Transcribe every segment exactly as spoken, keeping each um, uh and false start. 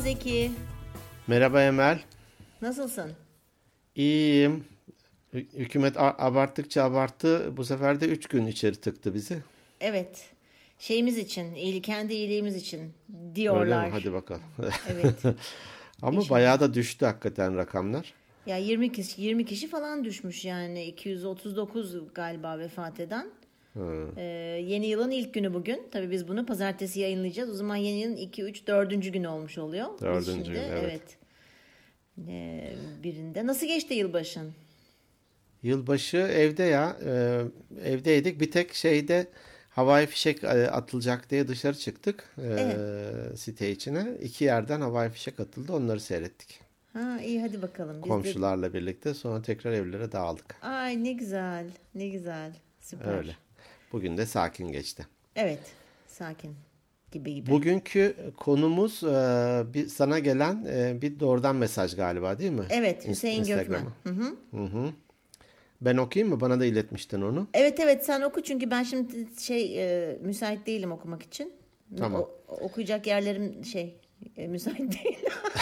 Zeki. Merhaba Emel. Nasılsın? İyiyim. Hü- Hükümet a- abarttıkça abarttı. Bu sefer de üç gün içeri tıktı bizi. Evet. Şeyimiz için, iyili- kendi iyiliğimiz için Öyle mi? diyorlar. Hadi bakalım. Evet. Ama İnşallah. bayağı da düştü hakikaten rakamlar. Ya yirmi kişi, yirmi kişi falan düşmüş yani. iki yüz otuz dokuz galiba vefat eden. Hı. Ee, yeni yılın ilk günü bugün. Tabii biz bunu pazartesi yayınlayacağız. O zaman yeni yılın iki, üç, dördüncü günü olmuş oluyor. Biz Dördüncü şimdi gün, evet. evet. Ee, birinde. Nasıl geçti yılbaşın? Yılbaşı evde ya. e, evdeydik. Bir tek şeyde havai fişek e, atılacak diye dışarı çıktık. Evet. E, site içine. İki yerden havai fişek atıldı. Onları seyrettik. Ha iyi hadi bakalım. Biz de... Komşularla birlikte. Sonra tekrar evlere dağıldık. Ay ne güzel. Ne güzel. Süper. Öyle. Bugün de sakin geçti. Evet. Sakin. Gibi gibi. Bugünkü konumuz e, bir sana gelen e, bir doğrudan mesaj galiba, değil mi? Evet, İns- Hüseyin Gökmen. Instagram'a. Hı hı. Hı hı. Ben okuyayım mı? Bana da iletmiştin onu. Evet evet sen oku çünkü ben şimdi şey e, müsait değilim okumak için. Tamam. O- okuyacak yerlerim şey e, müsait değil.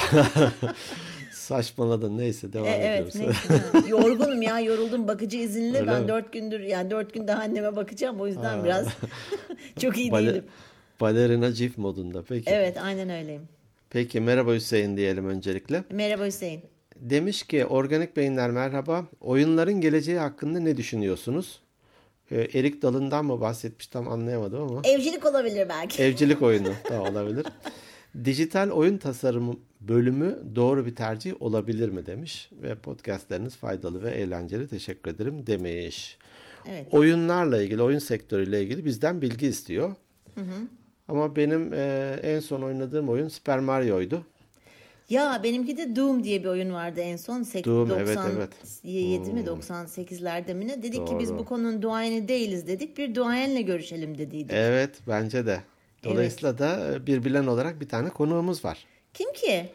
Saçmaladın. Neyse devam E, evet ediyoruz. neyse. Ha. Yorgunum ya yoruldum bakıcı izinli. Öyle Ben mi? dört gündür yani dört gün daha anneme bakacağım o yüzden Aa. biraz çok iyi Bale- değilim. Balerina Cif modunda. Peki. Evet aynen öyleyim. Peki merhaba Hüseyin diyelim öncelikle. Merhaba Hüseyin. Demiş ki organik beyinler merhaba. Oyunların geleceği hakkında ne düşünüyorsunuz? E, Erik Dalından mı bahsetmiş tam anlayamadım ama. Evcilik olabilir belki. Evcilik oyunu da olabilir. Dijital oyun tasarımı bölümü doğru bir tercih olabilir mi demiş. Ve podcastleriniz faydalı ve eğlenceli, teşekkür ederim demiş. Evet. Oyunlarla ilgili, oyun sektörüyle ilgili bizden bilgi istiyor. Ama benim e, en son oynadığım oyun Super Mario'ydu. Ya benimki de Doom diye bir oyun vardı en son. Sek- Doom, evet, doksan evet. yedi mi doksan sekizlerde mi ne? Dedik ki biz Doğru. bu konunun duayeni değiliz dedik. Bir duayenle görüşelim dediydik. Evet, bence de. Dolayısıyla da bir bilen olarak bir tane konuğumuz var. Kim ki?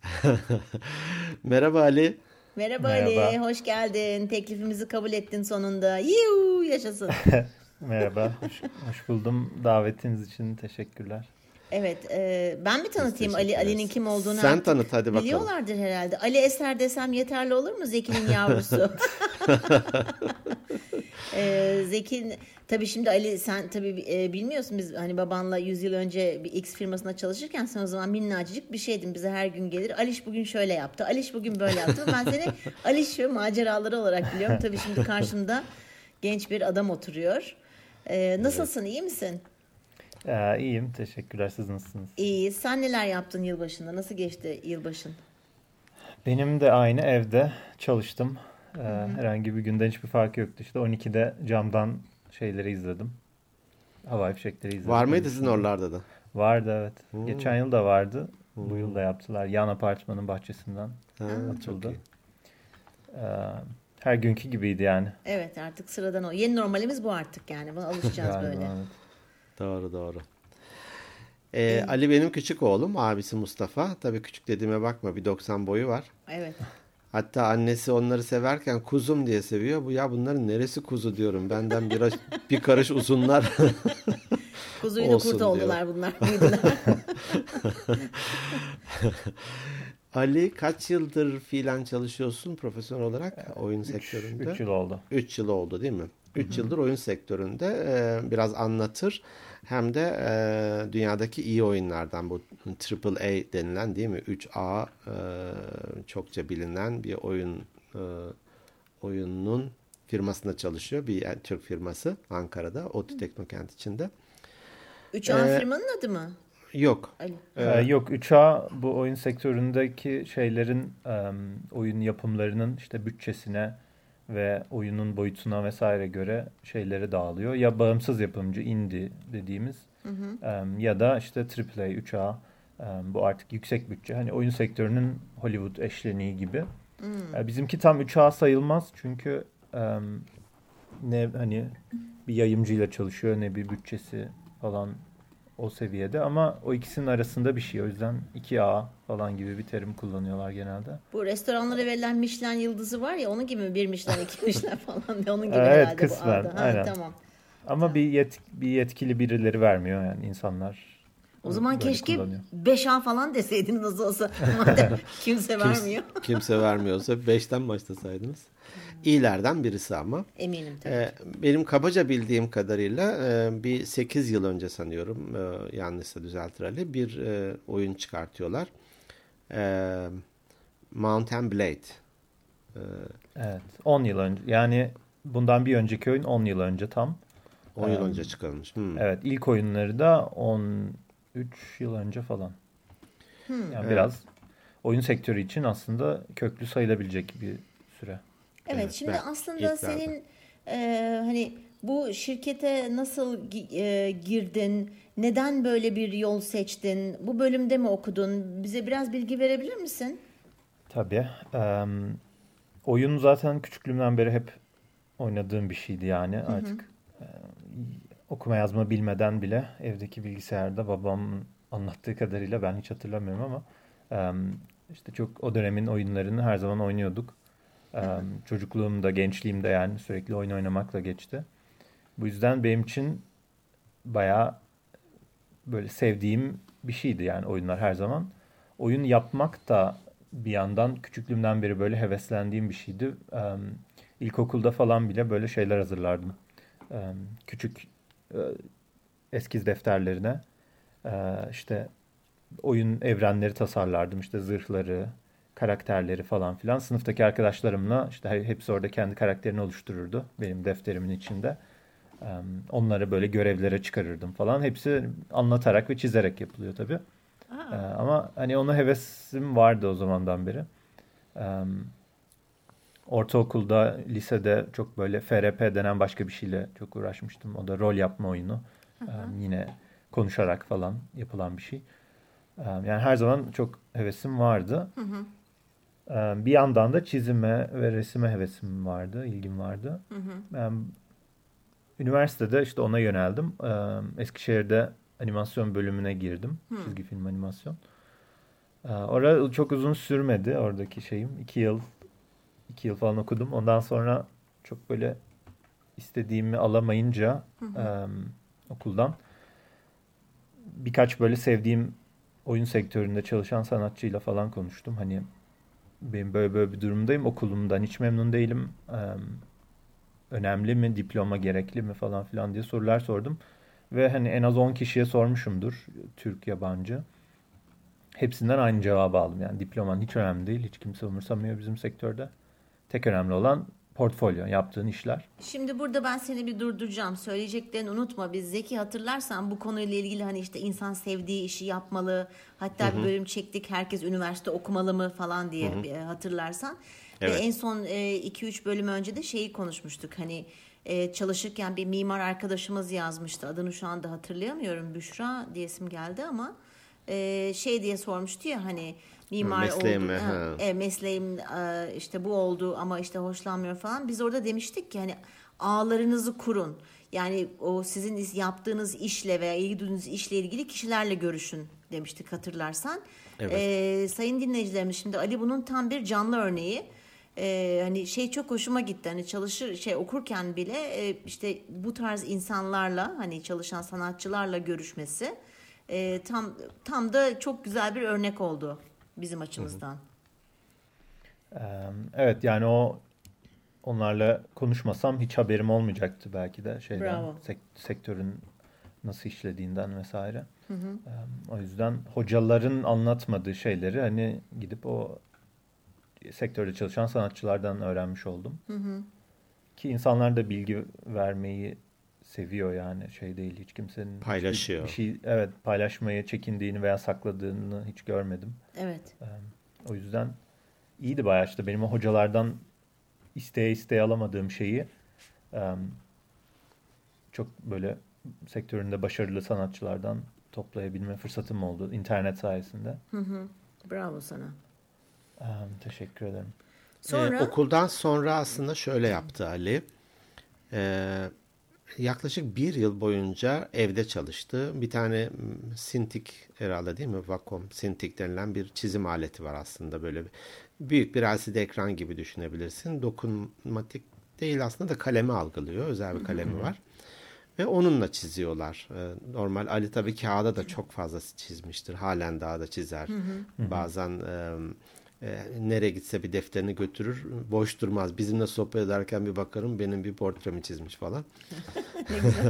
Merhaba Ali. Merhaba, Merhaba. Ali, hoş geldin. Teklifimizi kabul ettin sonunda. Yuuu yaşasın. Merhaba, hoş, hoş buldum. Davetiniz için teşekkürler. Evet, e, ben mi tanıtayım teşekkür Ali Ali'nin ederiz. kim olduğunu Sen artık tanıt hadi bakalım. biliyorlardır herhalde. Ali Eser desem yeterli olur mu Zeki'nin yavrusu? Ee, Zeki tabii şimdi Ali sen tabii e, bilmiyorsun biz hani babanla yüz yıl önce bir X firmasında çalışırken sen o zaman minnacık bir şeydin bize her gün gelir Aliş bugün şöyle yaptı Aliş bugün böyle yaptı ben seni Aliş ve maceraları olarak biliyorum tabii şimdi karşımda genç bir adam oturuyor. Ee, nasılsın iyi misin? Ee, iyiyim, teşekkürler. Siz nasılsınız? İyi sen neler yaptın yılbaşında nasıl geçti yılbaşın? Benim de aynı evde çalıştım. Ee, herhangi bir günden hiçbir farkı yoktu. İşte on ikide camdan şeyleri izledim. Havai fişekleri izledim. Var mıydı sizin oralarda da? Vardı evet. Hmm. Geçen yıl da vardı. Bu yıl da yaptılar. Yan apartmanın bahçesinden Ha, çok atıldı. iyi. Ee, her günkü gibiydi yani. Evet artık sıradan o yeni normalimiz bu artık yani buna alışacağız Galiba, böyle. evet. Doğru doğru. Ee, Ali benim küçük oğlum, abisi Mustafa. Tabii küçük dediğime bakma, bir doksan boyu var. Evet. Hatta annesi onları severken kuzum diye seviyor. Bu ya bunların neresi kuzu diyorum. Benden bir, bir karış uzunlar. Kuzuyla Olsun kurt diyor. oldular bunlar. Büyüdüler. Ali kaç yıldır fiilen çalışıyorsun profesyonel olarak oyun sektöründe? Üç yıl oldu. üç yıl oldu değil mi? üç yıldır oyun sektöründe e, biraz anlatır. Hem de e, dünyadaki iyi oyunlardan bu Triple A denilen değil mi? üç A e, çokça bilinen bir oyun e, oyunun firmasında çalışıyor. Bir yani Türk firması Ankara'da, ODTÜ Teknokent içinde. üç A Ee, firmanın adı mı? Yok. Ali. Ee, yok üç A bu oyun sektöründeki şeylerin em, oyun yapımlarının işte bütçesine ve oyunun boyutuna vesaire göre şeyleri dağılıyor. Ya bağımsız yapımcı indie dediğimiz em, ya da işte Triple A üç A em, bu artık yüksek bütçe. Hani oyun sektörünün Hollywood eşleniği gibi. E, bizimki tam üç A sayılmaz çünkü em, ne hani bir yayımcıyla çalışıyor ne bir bütçesi falan o seviyede ama o ikisinin arasında bir şey. O yüzden iki A falan gibi bir terim kullanıyorlar genelde. Bu restoranlara verilen Michelin yıldızı var ya onun gibi mi? Bir Michelin, iki Michelin falan diye onun gibi Evet, herhalde kısmen, bu adı. Ha, aynen. tamam. Ama bir yet, bir yetkili birileri vermiyor yani insanlar. O zaman böyle keşke kullanıyor. beş A falan deseydin nasıl olsa. Madem kimse vermiyor. Kimse, kimse vermiyorsa beşten başlasaydınız. İyilerden birisi ama. Eminim tabii. Ee, benim kabaca bildiğim kadarıyla e, bir sekiz yıl önce sanıyorum, e, yanlışsa düzeltir Ali, bir e, oyun çıkartıyorlar. E, Mount and Blade. E, Evet. on yıl önce. Yani bundan bir önceki oyun on yıl önce tam. on yıl Um, önce çıkarılmış. Hmm. Evet. İlk oyunları da on üç yıl önce falan. Hmm. Yani Evet. biraz oyun sektörü için aslında köklü sayılabilecek bir süre. Evet, Evet, şimdi ben aslında ilklerde. senin e, hani bu şirkete nasıl gi- e, girdin? Neden böyle bir yol seçtin? Bu bölümde mi okudun? Bize biraz bilgi verebilir misin? Tabii. Em, oyun zaten küçüklüğümden beri hep oynadığım bir şeydi yani. Artık e, okuma yazma bilmeden bile evdeki bilgisayarda babamın anlattığı kadarıyla, ben hiç hatırlamıyorum ama em, işte çok o dönemin oyunlarını her zaman oynuyorduk. Em, çocukluğumda, gençliğimde yani sürekli oyun oynamakla geçti. Bu yüzden benim için bayağı böyle sevdiğim bir şeydi yani oyunlar her zaman. Oyun yapmak da bir yandan küçüklüğümden beri böyle heveslendiğim bir şeydi. Em, İlkokulda falan bile böyle şeyler hazırlardım. Em, küçük e, eskiz defterlerine e, işte oyun evrenleri tasarlardım. İşte zırhları, karakterleri falan filan. Sınıftaki arkadaşlarımla işte he- hepsi orada kendi karakterini oluştururdu benim defterimin içinde. Em, Onları böyle görevlere çıkarırdım falan. Hepsi anlatarak ve çizerek yapılıyor tabii. Aa, Ee, ama hani ona hevesim vardı o zamandan beri. Em, Ortaokulda, lisede çok böyle F R P denen başka bir şeyle çok uğraşmıştım. O da rol yapma oyunu. Em, yine konuşarak falan yapılan bir şey. Em, yani her zaman çok hevesim vardı. Em, bir yandan da çizime ve resime hevesim vardı, ilgim vardı. Em, Üniversitede işte ona yöneldim. Em, Eskişehir'de animasyon bölümüne girdim. Çizgi film animasyon. Ee, Orada çok uzun sürmedi oradaki şeyim. İki yıl, iki yıl falan okudum. Ondan sonra çok böyle istediğimi alamayınca em, okuldan birkaç böyle sevdiğim oyun sektöründe çalışan sanatçıyla falan konuştum. Hani benim böyle böyle bir durumdayım. Okulumdan hiç memnun değilim. Em, önemli mi, diploma gerekli mi falan filan diye sorular sordum. Ve hani en az on kişiye sormuşumdur. Türk, yabancı. Hepsinden aynı cevabı aldım. Yani diploman hiç önemli değil. Hiç kimse umursamıyor bizim sektörde. Tek önemli olan portfolyo, yaptığın işler. şimdi burada ben seni bir durduracağım. Söyleyeceklerini unutma. Biz Zeki, hatırlarsan bu konuyla ilgili hani işte insan sevdiği işi yapmalı. Hatta bir bölüm çektik. Herkes üniversite okumalı mı falan diye, bir, hatırlarsan. Ve Evet. en son iki üç bölüm önce de şeyi konuşmuştuk. Hani e, çalışırken bir mimar arkadaşımız yazmıştı. Adını şu anda hatırlayamıyorum. Büşra diyesim geldi ama e, şey diye sormuştu ya, hani mimar Mesleğim oldu, mi? ha, Ha. e, mesleğim e, işte bu oldu ama işte hoşlanmıyorum falan. Biz orada demiştik ki hani ağlarınızı kurun. Yani o sizin is- yaptığınız işle veya ilgi duyduğunuz işle ilgili kişilerle görüşün demiştik, hatırlarsan. Evet. E, sayın dinleyicilerimiz, şimdi Ali bunun tam bir canlı örneği. E, hani şey çok hoşuma gitti. Hani çalışır şey okurken bile e, işte bu tarz insanlarla, hani çalışan sanatçılarla görüşmesi e, tam tam da çok güzel bir örnek oldu bizim açımızdan. Em, Evet yani o onlarla konuşmasam hiç haberim olmayacaktı belki de şeyden, Bravo. sek- sektörün nasıl işlediğinden vesaire. Em, O yüzden hocaların anlatmadığı şeyleri hani gidip o sektörde çalışan sanatçılardan öğrenmiş oldum. Ki insanlar da bilgi vermeyi seviyor yani, şey değil, hiç kimsenin hiçbir Paylaşıyor. bir şey, evet, paylaşmaya çekindiğini veya sakladığını hiç görmedim. Evet. Em, O yüzden iyiydi bayağı. İşte benim o hocalardan isteye isteye alamadığım şeyi em, çok böyle sektöründe başarılı sanatçılardan toplayabilme fırsatım oldu internet sayesinde. Bravo sana. Em, teşekkür ederim. Sonra Ee, okuldan sonra aslında şöyle yaptı Ali. Ee, yaklaşık bir yıl boyunca evde çalıştı. Bir tane mm, Cintiq herhalde, değil mi? Wacom Cintiq denilen bir çizim aleti var aslında. Böyle bir, büyük bir L C D ekran gibi düşünebilirsin. Dokunmatik değil aslında da kalemi algılıyor. Özel bir kalemi var. ve onunla çiziyorlar. E, normal Ali tabii kağıda da çok fazla çizmiştir. Halen daha da çizer. Hı hı. Bazen e, e, nereye gitse bir defterini götürür. Boş durmaz. Bizimle sohbet ederken bir bakarım benim bir portremi çizmiş falan. Ne güzel.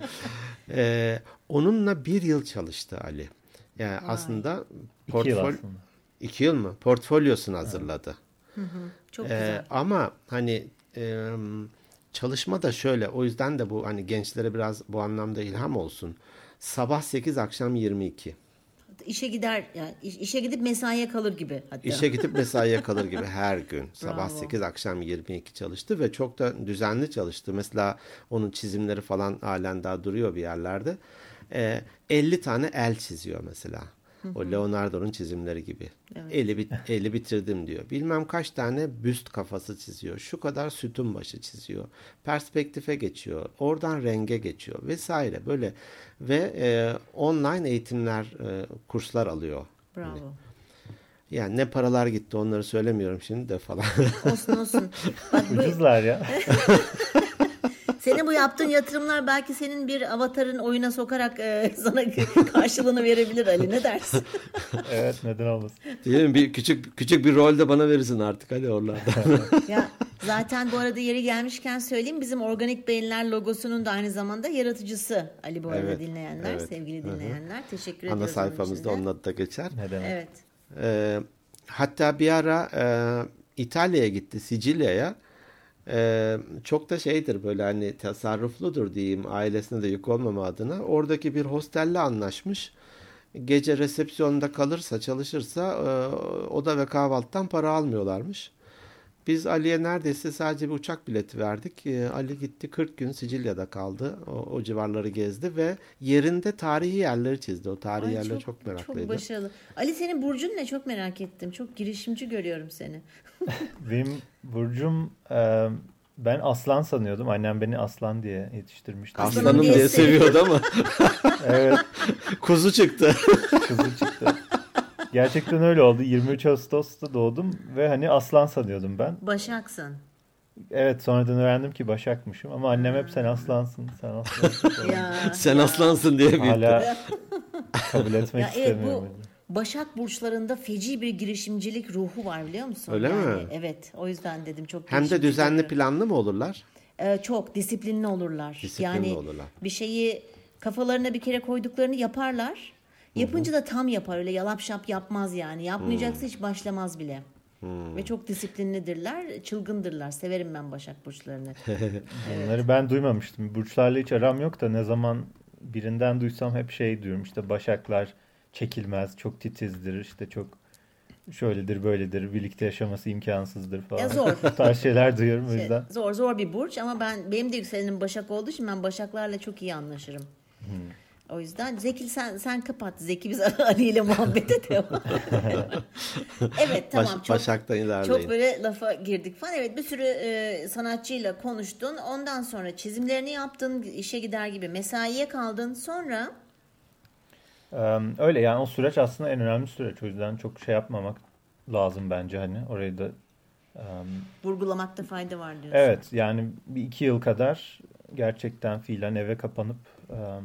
e, onunla bir yıl çalıştı Ali. Yani Vay. aslında İki yıl portföy- aslında. iki yıl mı? Portfolyosunu hazırladı. Hı hı. Çok Ee, güzel. ama hani e, çalışma da şöyle, o yüzden de bu hani gençlere biraz bu anlamda ilham olsun. Sabah sekiz akşam yirmi iki. İşe gider yani iş- işe gidip mesaiye kalır gibi hatta. İşe gidip mesaiye kalır gibi her gün. Sabah Bravo. sekiz akşam yirmi iki çalıştı ve çok da düzenli çalıştı. Mesela onun çizimleri falan halen daha duruyor bir yerlerde. Ee, elli tane el çiziyor mesela. O Leonardo'nun çizimleri gibi. Evet. Eli, bit- eli bitirdim diyor. Bilmem kaç tane büst kafası çiziyor. Şu kadar sütun başı çiziyor. Perspektife geçiyor. Oradan renge geçiyor vesaire böyle. Ve e, online eğitimler, e, kurslar alıyor. Bravo. Yani ne paralar gitti onları söylemiyorum şimdi de falan. Olsun olsun. Bak bu, Ucuzlar ya. senin bu yaptığın yatırımlar belki senin bir avatarın oyuna sokarak e, sana karşılığını verebilir Ali. Ne dersin? Evet, neden olmasın. Değil mi? Bir küçük küçük bir rol de bana verirsin artık hadi oralarda. Ya zaten bu arada yeri gelmişken söyleyeyim, bizim Organik Beyinler logosunun da aynı zamanda yaratıcısı Ali bu arada, Evet, dinleyenler, evet. sevgili Hı hı. dinleyenler. Teşekkür ediyoruz. Ana onun sayfamızda için de. onun adı da geçer. Ne demek? Evet. Ee, hatta bir ara e, İtalya'ya gitti, Sicilya'ya. Ee, çok da şeydir böyle hani tasarrufludur diyeyim, ailesine de yük olmama adına. Oradaki bir hostelle anlaşmış. Gece resepsiyonda kalırsa, çalışırsa e, oda ve kahvaltıdan para almıyorlarmış. Biz Ali'ye neredeyse sadece bir uçak bileti verdik. Ee, Ali gitti kırk gün Sicilya'da kaldı. O, o civarları gezdi ve yerinde tarihi yerleri çizdi. O tarihi Ay, yerleri çok, çok meraklıydı. Çok başarılı. Ali, senin burcun ne? Çok merak ettim. Çok girişimci görüyorum seni. Benim burcum, e, ben aslan sanıyordum. Annem beni aslan diye yetiştirmişti. Aslanım Aslanım diye diye seviyordu ama Evet, kuzu çıktı. kızı çıktı. Gerçekten öyle oldu. yirmi üç Ağustos'ta doğdum ve hani aslan sanıyordum ben. Başaksın. Evet, sonradan öğrendim ki Başakmışım ama annem hep sen aslansın, sen aslansın. Ya, Sen ya. aslansın diye büyüttü. Hala kabul etmek Ya evet, istemiyorum. bu Başak burçlarında feci bir girişimcilik ruhu var, biliyor musun? Öyle yani, mi? Evet, o yüzden dedim çok Hem de girişimci düzenli görüyorum. planlı mı olurlar? Ee, çok disiplinli olurlar. Disiplinli yani olurlar. bir şeyi kafalarına bir kere koyduklarını yaparlar. Yapınca da tam yapar, öyle yalap şap yapmaz yani. Yapmayacaksa hiç başlamaz bile. Ve çok disiplinlidirler, çılgındırlar. Severim ben Başak burçlarını. Bunları ben duymamıştım. Burçlarla hiç aram yok da ne zaman birinden duysam hep şey diyorum, işte Başaklar çekilmez, çok titizdir, işte çok şöyledir böyledir, birlikte yaşaması imkansızdır falan. Ya zor. Bu tarz şeyler duyuyorum o Şey, yüzden. zor zor bir burç ama ben benim de yükselenim Başak olduğu için ben Başaklarla çok iyi anlaşırım. O yüzden Zeki sen sen kapat. Zeki biz Ali ile muhabbete devam. Evet, tamam. Baş, çok Başak'tan ilerleyin. çok böyle lafa girdik falan. Evet, bir sürü e, sanatçıyla konuştun. Ondan sonra çizimlerini yaptın, işe gider gibi mesaiye kaldın. Sonra Ee, öyle yani, o süreç aslında en önemli süreç. O yüzden çok şey yapmamak lazım bence, hani orayı da. em, vurgulamakta fayda var diyorsun. Evet, yani bir iki yıl kadar gerçekten fiilen eve kapanıp em,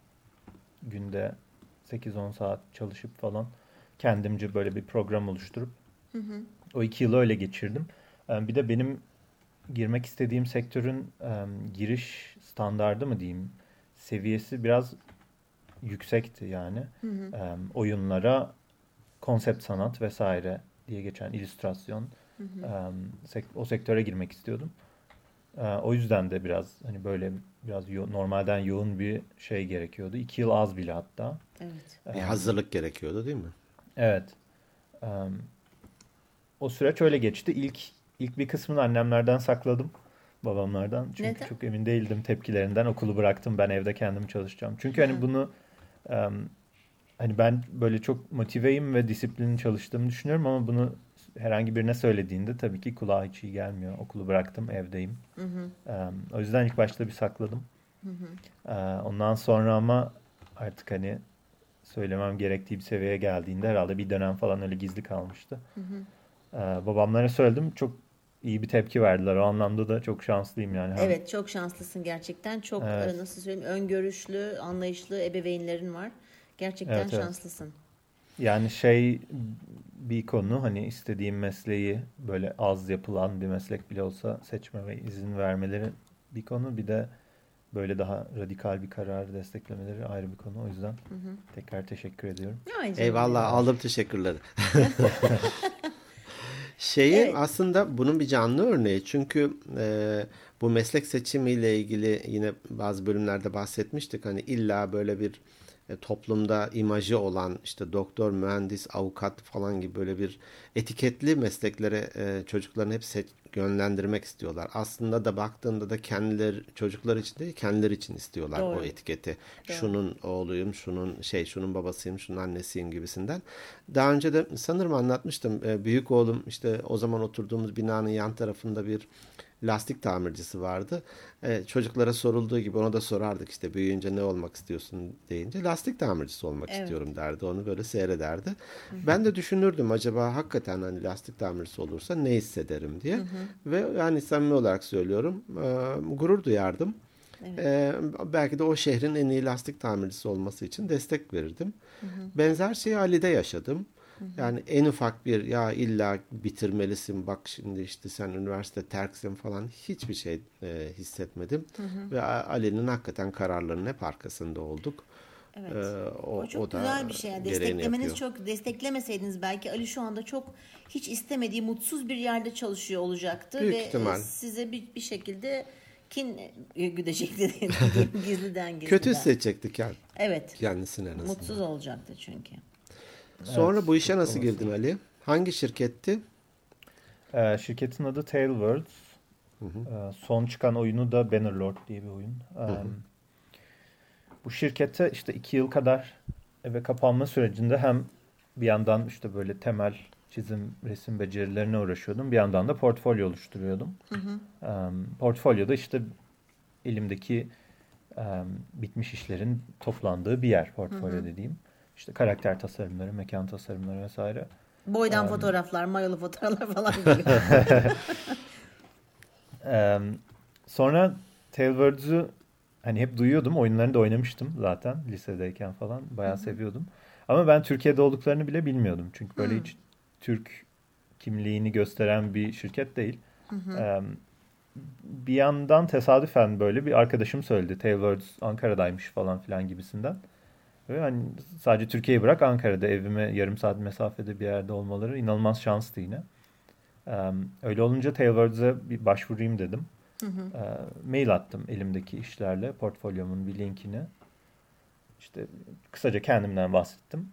günde sekiz on saat çalışıp falan kendimce böyle bir program oluşturup o iki yılı öyle geçirdim. Em, bir de benim girmek istediğim sektörün em, giriş standardı mı diyeyim, seviyesi biraz yüksekti yani. Em, oyunlara konsept sanat vesaire diye geçen illüstrasyon, em, sek- o sektöre girmek istiyordum. E, o yüzden de biraz hani böyle biraz yo- normalden yoğun bir şey gerekiyordu. İki yıl az bile hatta. Evet. Bir hazırlık gerekiyordu değil mi? Evet. Em, o süreç öyle geçti. İlk ilk bir kısmını annemlerden sakladım. Babamlardan. Çünkü Neden? çok emin değildim tepkilerinden. Okulu bıraktım. Ben evde kendim çalışacağım. Çünkü hani Hı. bunu em, hani ben böyle çok motiveyim ve disiplinli çalıştığımı düşünüyorum ama bunu herhangi birine söylediğinde tabii ki kulağa hiç iyi gelmiyor. Okulu bıraktım, evdeyim. Hı hı. Em, o yüzden ilk başta bir sakladım. Hı hı. Ee, ondan sonra ama artık hani söylemem gerektiği bir seviyeye geldiğinde herhalde bir dönem falan öyle gizli kalmıştı. Hı hı. Ee, babamlara söyledim. Çok iyi bir tepki verdiler. O anlamda da çok şanslıyım yani. Hem, Evet, çok şanslısın gerçekten. Çok Evet. e, nasıl söyleyeyim, öngörüşlü, anlayışlı ebeveynlerin var. Gerçekten Evet, evet. şanslısın. Yani şey bir konu, hani istediğim mesleği böyle az yapılan bir meslek bile olsa seçmeme izin vermeleri bir konu. Bir de böyle daha radikal bir kararı desteklemeleri ayrı bir konu. O yüzden tekrar teşekkür ediyorum. Ay canım Eyvallah, benim. aldım teşekkürleri. Şeyi Evet. aslında bunun bir canlı örneği. Çünkü e, bu meslek seçimiyle ilgili yine bazı bölümlerde bahsetmiştik. Hani illa böyle bir e, toplumda imajı olan işte doktor, mühendis, avukat falan gibi böyle bir etiketli mesleklere e, çocuklarını hep seç, yönlendirmek istiyorlar. Aslında da baktığında da kendileri çocuklar için değil, kendileri için istiyorlar Doğru. o etiketi. Doğru. Şunun oğluyum, şunun şey, şunun babasıyım, şunun annesiyim gibisinden. Daha önce de sanırım anlatmıştım. E, büyük oğlum işte o zaman oturduğumuz binanın yan tarafında bir lastik tamircisi vardı. E, çocuklara sorulduğu gibi ona da sorardık işte büyüyünce ne olmak istiyorsun deyince lastik tamircisi olmak Evet. istiyorum derdi. Onu böyle seyrederdi. Hı-hı. Ben de düşünürdüm acaba hakikaten hani lastik tamircisi olursa ne hissederim diye. Hı-hı. Ve yani samimi olarak söylüyorum e, gurur duyardım. Evet. E, belki de o şehrin en iyi lastik tamircisi olması için destek verirdim. Hı-hı. Benzer şeyi Ali'de yaşadım. Yani en ufak bir ya illa bitirmelisin bak şimdi işte sen üniversite terksin falan hiçbir şey e, hissetmedim. Hı hı. Ve Ali'nin hakikaten kararlarının hep arkasında olduk. Evet. Ee, o, o çok o da güzel bir şey. Yani desteklemeniz çok desteklemeseydiniz belki Ali şu anda çok hiç istemediği mutsuz bir yerde çalışıyor olacaktı. Büyük ve ihtimal. size bir, bir şekilde kin güdecekti gizliden gizliden. Kötü hissedecekti kend- evet. kendisine en azından. Mutsuz olacaktı çünkü. Sonra Evet, bu işe çok nasıl olası. girdin Ali? Hangi şirketti? Ee, şirketin adı Tailwords. Hı hı. Ee, son çıkan oyunu da Bannerlord diye bir oyun. Ee, Hı hı. Bu şirkete işte iki yıl kadar eve kapanma sürecinde hem bir yandan işte böyle temel çizim, resim becerilerine uğraşıyordum. Bir yandan da portfolyo oluşturuyordum. Hı hı. Um, portfolyoda işte elimdeki um, bitmiş işlerin toplandığı bir yer portfolyo Hı hı. dediğim. İşte karakter tasarımları, mekan tasarımları vesaire. Boydan Um, fotoğraflar, mayolu fotoğraflar falan gibi. um, sonra Tailwords'u hani hep duyuyordum. Oyunlarını da oynamıştım zaten lisedeyken falan. Bayağı Hı hı. seviyordum. Ama ben Türkiye'de olduklarını bile bilmiyordum. Çünkü böyle Hı. hiç Türk kimliğini gösteren bir şirket değil. Hı hı. Ee, bir yandan tesadüfen böyle bir arkadaşım söyledi. Tailwords Ankara'daymış falan filan gibisinden. Ve hani sadece Türkiye'yi bırak Ankara'da evime yarım saat mesafede bir yerde olmaları inanılmaz şanstı yine. Ee, öyle olunca Tailwords'e bir başvurayım dedim. Hı hı. Ee, mail attım elimdeki işlerle, portfolyomun bir linkini. İşte kısaca kendimden bahsettim.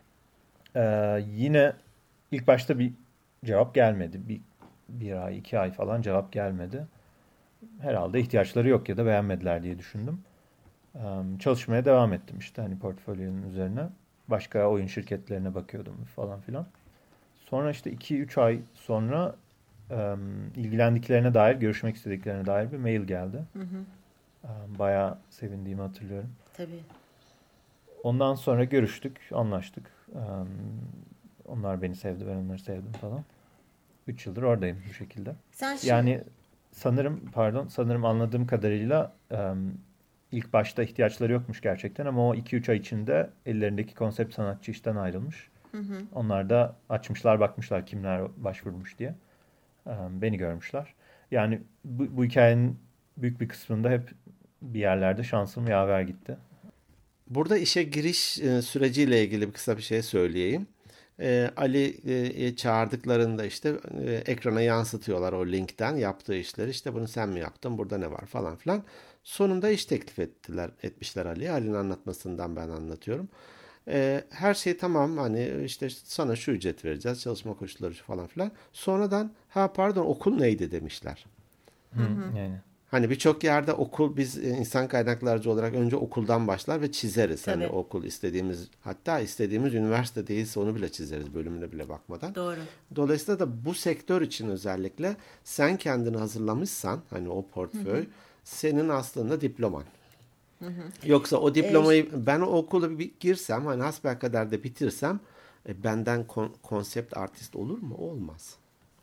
Ee, yine ilk başta bir cevap gelmedi. Bir, bir ay, iki ay falan cevap gelmedi. Herhalde ihtiyaçları yok ya da beğenmediler diye düşündüm. Ee, çalışmaya devam ettim işte hani portfolyonun üzerine. Başka oyun şirketlerine bakıyordum falan filan. Sonra işte iki üç ay sonra e, ilgilendiklerine dair, görüşmek istediklerine dair bir mail geldi. Hı hı. E, bayağı sevindiğimi hatırlıyorum. Tabii. Ondan sonra görüştük, anlaştık. E, onlar beni sevdi, ben onları sevdim falan. Üç yıldır oradayım bu şekilde. Sen şimdi... Yani sanırım, pardon, sanırım anladığım kadarıyla e, ilk başta ihtiyaçları yokmuş gerçekten ama o iki üç ay içinde ellerindeki konsept sanatçı işten ayrılmış. Hı hı. Onlar da açmışlar bakmışlar kimler başvurmuş diye. Beni görmüşler. Yani bu, bu hikayenin büyük bir kısmında hep bir yerlerde şansım yaver gitti. Burada işe giriş e, süreciyle ilgili bir kısa bir şey söyleyeyim. E, Ali çağırdıklarında işte e, ekrana yansıtıyorlar o linkten yaptığı işleri. İşte bunu sen mi yaptın? Burada ne var falan filan. Sonunda iş teklif ettiler, etmişler Ali'ye. Ali'nin anlatmasından ben anlatıyorum. E, her şey tamam hani işte sana şu ücret vereceğiz, çalışma koşulları falan filan. Sonradan ha pardon okul neydi demişler. Hı hı. Yani. Hani birçok yerde okul biz insan kaynaklarcı olarak önce okuldan başlar ve çizeriz. Tabii. Hani okul istediğimiz hatta istediğimiz üniversite değilse onu bile çizeriz bölümüne bile bakmadan. Doğru. Dolayısıyla da bu sektör için özellikle sen kendini hazırlamışsan hani o portföy hı hı. senin aslında diploman. Hı hı. Yoksa o diplomayı ee, ben o okula bir girsem hani hasbelkader de bitirsem e, benden kon, konsept artist olur mu? Olmaz.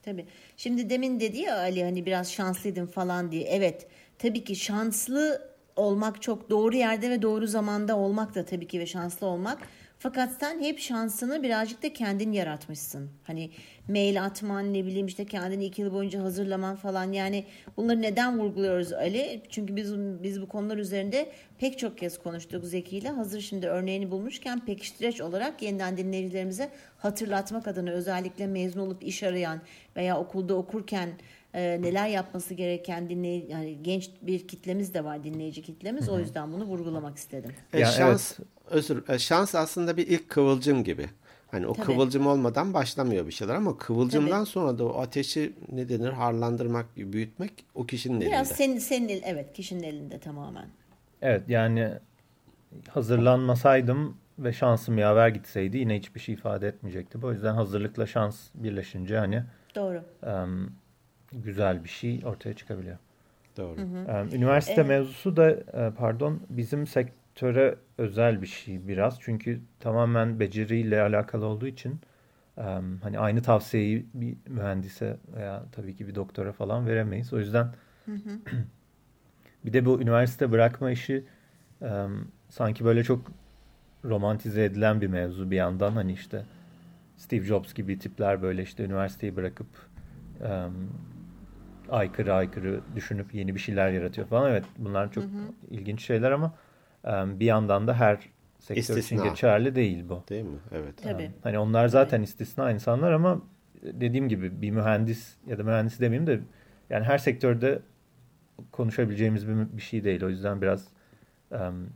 Tabii. Şimdi demin dedi ya Ali hani biraz şanslıydım falan diye. Evet. Tabii ki şanslı olmak çok doğru yerde ve doğru zamanda olmak da tabii ki ve şanslı olmak. Fakat sen hep şansını birazcık da kendin yaratmışsın. Hani mail atman ne bileyim işte kendini iki yıl boyunca hazırlaman falan yani bunları neden vurguluyoruz Ali? Çünkü biz biz bu konular üzerinde pek çok kez konuştuk Zeki ile. Hazır şimdi örneğini bulmuşken pekiştireç olarak yeniden dinleyicilerimize hatırlatmak adına özellikle mezun olup iş arayan veya okulda okurken e, neler yapması gereken dinley yani genç bir kitlemiz de var dinleyici kitlemiz. Hı hı. O yüzden bunu vurgulamak istedim. E, ya şans evet. özür e, şans aslında bir ilk kıvılcım gibi. Hani o Tabii. kıvılcım olmadan başlamıyor bir şeyler ama kıvılcımdan Tabii. sonra da o ateşi ne denir harlandırmak, büyütmek o kişinin elinde. Biraz senin senin el, evet kişinin elinde tamamen. Evet yani hazırlanmasaydım ve şansım yaver gitseydi yine hiçbir şey ifade etmeyecekti. O yüzden hazırlıkla şans birleşince hani Doğru. um, güzel bir şey ortaya çıkabiliyor. Doğru. Hı hı. Um, üniversite evet. mevzusu da uh, pardon bizim sektöre özel bir şey biraz. Çünkü tamamen beceriyle alakalı olduğu için um, hani aynı tavsiyeyi bir mühendise veya tabii ki bir doktora falan veremeyiz. O yüzden hı hı. Bir de bu üniversite bırakma işi um, sanki böyle çok romantize edilen bir mevzu bir yandan. Hani işte Steve Jobs gibi tipler böyle işte üniversiteyi bırakıp um, aykırı aykırı düşünüp yeni bir şeyler yaratıyor falan. Evet bunlar çok hı hı. ilginç şeyler ama um, bir yandan da her sektör İstisna. için geçerli değil bu. Değil mi? Evet. Tabii. Um, hani onlar zaten evet. istisna insanlar ama dediğim gibi bir mühendis ya da mühendis demeyeyim de yani her sektörde konuşabileceğimiz bir, bir şey değil. O yüzden biraz um,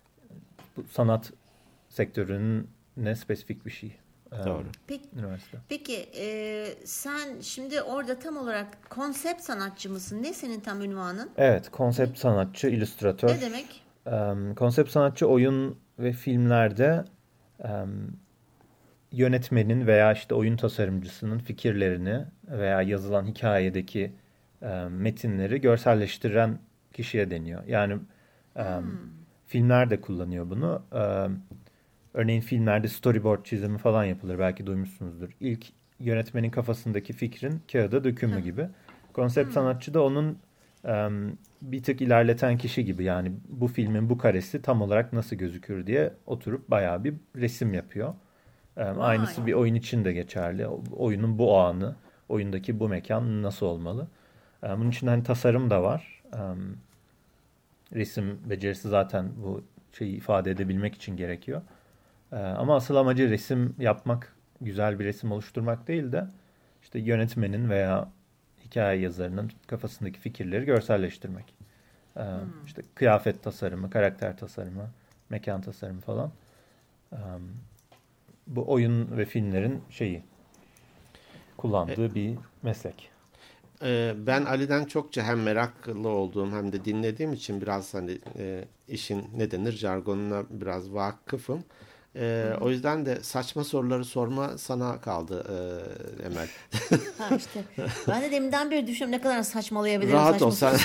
bu sanat sektörünün ne spesifik bir şey. Um, Doğru. Peki, üniversite. peki e, sen şimdi orada tam olarak konsept sanatçı mısın? Ne senin tam ünvanın? Evet, konsept sanatçı, illüstratör. Ne demek? Um, konsept sanatçı oyun ve filmlerde um, yönetmenin veya işte oyun tasarımcısının fikirlerini veya yazılan hikayedeki um, metinleri görselleştiren kişiye deniyor. Yani um, hmm. filmler de kullanıyor bunu. Um, örneğin filmlerde storyboard çizimi falan yapılır. Belki duymuşsunuzdur. İlk yönetmenin kafasındaki fikrin kağıda dökümü gibi. Konsept hmm. sanatçı da onun um, bir tık ilerleten kişi gibi. Yani bu filmin bu karesi tam olarak nasıl gözükür diye oturup bayağı bir resim yapıyor. Um, aynısı bir oyun için de geçerli. Oyunun bu anı, oyundaki bu mekan nasıl olmalı? Um, bunun için hani tasarım da var. Um, resim becerisi zaten bu şeyi ifade edebilmek için gerekiyor. Um, ama asıl amacı resim yapmak, güzel bir resim oluşturmak değil de işte yönetmenin veya hikaye yazarının kafasındaki fikirleri görselleştirmek. Um, hmm. İşte kıyafet tasarımı, karakter tasarımı, mekan tasarımı falan. Um, bu oyun ve filmlerin şeyi kullandığı e, bir meslek. E, ben Ali'den çokça hem meraklı olduğum hem de dinlediğim için biraz hani e, işin ne denir jargonuna biraz vakıfım. E, o yüzden de saçma soruları sorma sana kaldı e, Emel. Ha işte. Ben de deminden beri düşünüyorum ne kadar saçmalayabilirim. Rahat saçma ol sen.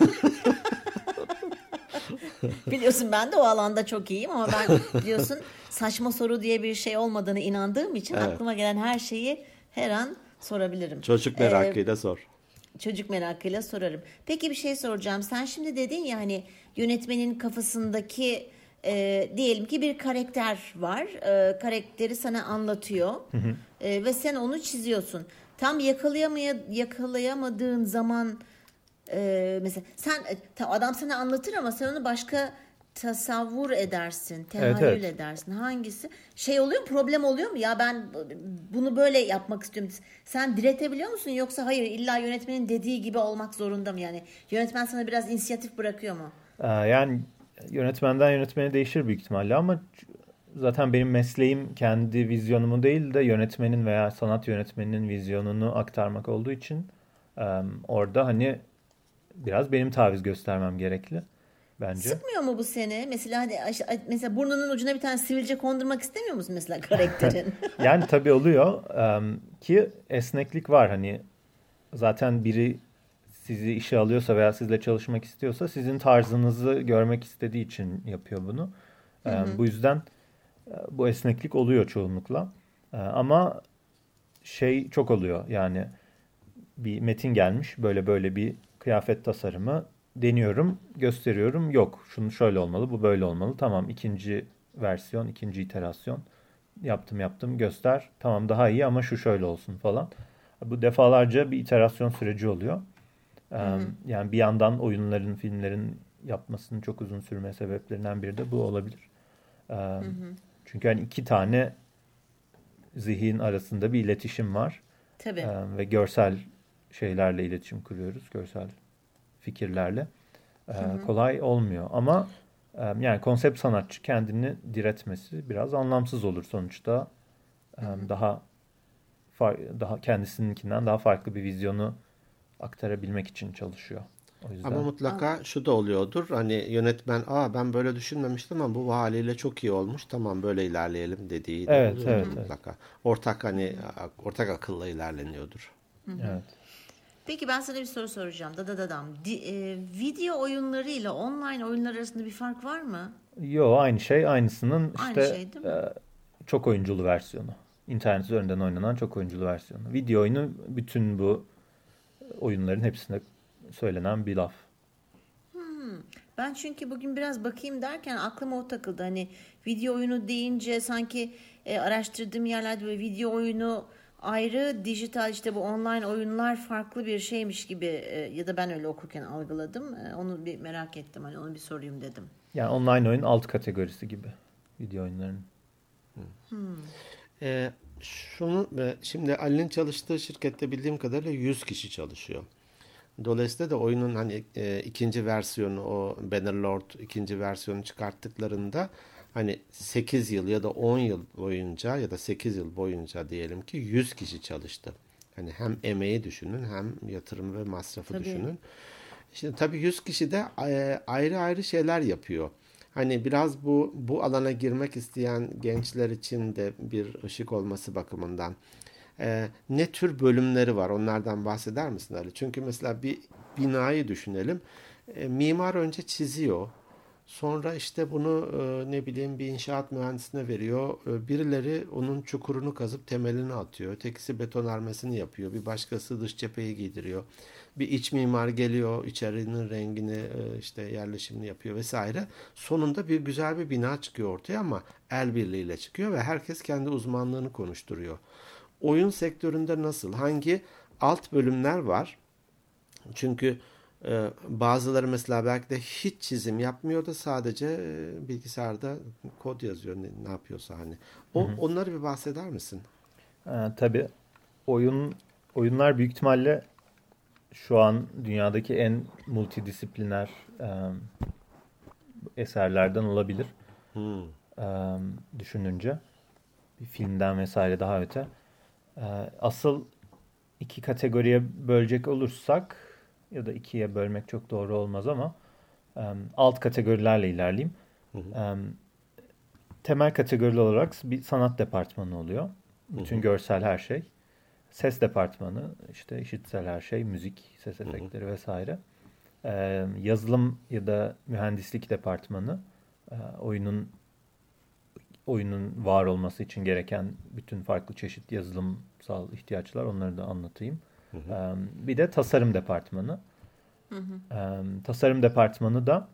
Biliyorsun ben de o alanda çok iyiyim ama ben biliyorsun saçma soru diye bir şey olmadığını inandığım için evet. aklıma gelen her şeyi her an sorabilirim. Çocuk merakıyla ee, sor. Çocuk merakıyla sorarım. Peki bir şey soracağım. Sen şimdi dedin ya hani yönetmenin kafasındaki e, diyelim ki bir karakter var. E, karakteri sana anlatıyor. Hı hı. E, ve sen onu çiziyorsun. Tam yakalayamaya, yakalayamadığın zaman Ee, mesela sen adam sana anlatır ama sen onu başka tasavvur edersin, tehayyül evet, evet. edersin. Hangisi? Şey oluyor mu? Problem oluyor mu? Ya ben bunu böyle yapmak istiyorum. Sen diretebiliyor musun? Yoksa hayır illa yönetmenin dediği gibi olmak zorunda mı? Yani yönetmen sana biraz inisiyatif bırakıyor mu? Ee, yani yönetmenden yönetmene değişir büyük ihtimalle ama zaten benim mesleğim kendi vizyonumu değil de yönetmenin veya sanat yönetmeninin vizyonunu aktarmak olduğu için um, orada hani biraz benim taviz göstermem gerekli bence. Sıkmıyor mu bu seni? Mesela hadi mesela burnunun ucuna bir tane sivilce kondurmak istemiyor musun mesela karakterin? Yani tabii oluyor um, ki esneklik var hani zaten biri sizi işe alıyorsa veya sizle çalışmak istiyorsa sizin tarzınızı görmek istediği için yapıyor bunu. Um, hı hı. Bu yüzden bu esneklik oluyor çoğunlukla. Um, ama şey çok oluyor yani bir metin gelmiş. Böyle böyle bir kıyafet tasarımı deniyorum, gösteriyorum. Yok, şunu şöyle olmalı, bu böyle olmalı. Tamam, ikinci versiyon, ikinci iterasyon. Yaptım yaptım, göster. Tamam, daha iyi ama şu şöyle olsun falan. Bu defalarca bir iterasyon süreci oluyor. Hı hı. Yani bir yandan oyunların, filmlerin yapmasının çok uzun sürme sebeplerinden biri de bu olabilir. Hı hı. Çünkü hani iki tane zihin arasında bir iletişim var. Tabii. Ee, ve görsel şeylerle iletişim kuruyoruz. Görsel fikirlerle. Ee, Hı hı. kolay olmuyor. Ama e, yani konsept sanatçı kendini diretmesi biraz anlamsız olur sonuçta. Ee, Hı hı. daha far- daha kendisininkinden daha farklı bir vizyonu aktarabilmek için çalışıyor. O Ama yüzden mutlaka şu da oluyordur. Hani yönetmen, aa ben böyle düşünmemiştim ama bu haliyle çok iyi olmuş. Tamam böyle ilerleyelim dediği de evet, oluyordur evet, evet. mutlaka. Ortak hani ortak akılla ilerleniyordur. Evet. Peki ben sana bir soru soracağım. Da da da dam. Di- e, video oyunlarıyla online oyunlar arasında bir fark var mı? Yo, aynı şey, aynısının Aynı işte şey değil mi? e, çok oyunculu versiyonu. İnternet üzerinden oynanan çok oyunculu versiyonu. Video oyunu bütün bu oyunların hepsinde söylenen bir laf. Ben çünkü bugün biraz bakayım derken aklıma o takıldı. Hani video oyunu deyince sanki e, araştırdığım yerlerde böyle video oyunu ayrı, dijital işte bu online oyunlar farklı bir şeymiş gibi e, ya da ben öyle okurken algıladım. E, onu bir merak ettim. Hani onu bir sorayım dedim. Yani online oyun alt kategorisi gibi video oyunlarının. Ee, şunu e, şimdi Ali'nin çalıştığı şirkette bildiğim kadarıyla yüz kişi çalışıyor. Dolayısıyla da oyunun hani e, ikinci versiyonu, o Bannerlord ikinci versiyonu çıkarttıklarında hani sekiz yıl ya da on yıl boyunca ya da sekiz yıl boyunca diyelim ki yüz kişi çalıştı. Hani hem emeği düşünün hem yatırım ve masrafı Tabii. düşünün. İşte tabii yüz kişi de e, ayrı ayrı şeyler yapıyor. Hani biraz bu bu alana girmek isteyen gençler için de bir ışık olması bakımından. Ee, ne tür bölümleri var? Onlardan bahseder misin Ali? Çünkü mesela bir binayı düşünelim. Ee, mimar önce çiziyor. Sonra işte bunu e, ne bileyim bir inşaat mühendisine veriyor. E, birileri onun çukurunu kazıp temelini atıyor. Ötekisi betonarmesini yapıyor. Bir başkası dış cepheyi giydiriyor. Bir iç mimar geliyor, içerinin rengini, e, işte yerleşimini yapıyor vesaire. Sonunda bir güzel bir bina çıkıyor ortaya ama el birliğiyle çıkıyor ve herkes kendi uzmanlığını konuşturuyor. Oyun sektöründe nasıl? Hangi alt bölümler var? Çünkü e, bazıları mesela belki de hiç çizim yapmıyor da sadece e, bilgisayarda kod yazıyor ne, ne yapıyorsa hani. Hı O hı. onları bir bahseder misin? Ee, tabii oyun oyunlar büyük ihtimalle şu an dünyadaki en multidisipliner e, eserlerden olabilir. Hmm. E, düşününce bir filmden vesaire daha öte. E, asıl iki kategoriye bölecek olursak ya da ikiye bölmek çok doğru olmaz ama e, alt kategorilerle ilerleyeyim. Hı hı. E, temel kategori olarak bir sanat departmanı oluyor. Bütün Hı hı. görsel her şey. Ses departmanı, işte işitsel her şey, müzik, ses Hı hı. efektleri vesaire. Ee, yazılım ya da mühendislik departmanı, e, oyunun oyunun var olması için gereken bütün farklı çeşit yazılımsal ihtiyaçlar, onları da anlatayım. Hı hı. Ee, bir de tasarım departmanı. Hı hı. Ee, tasarım departmanı da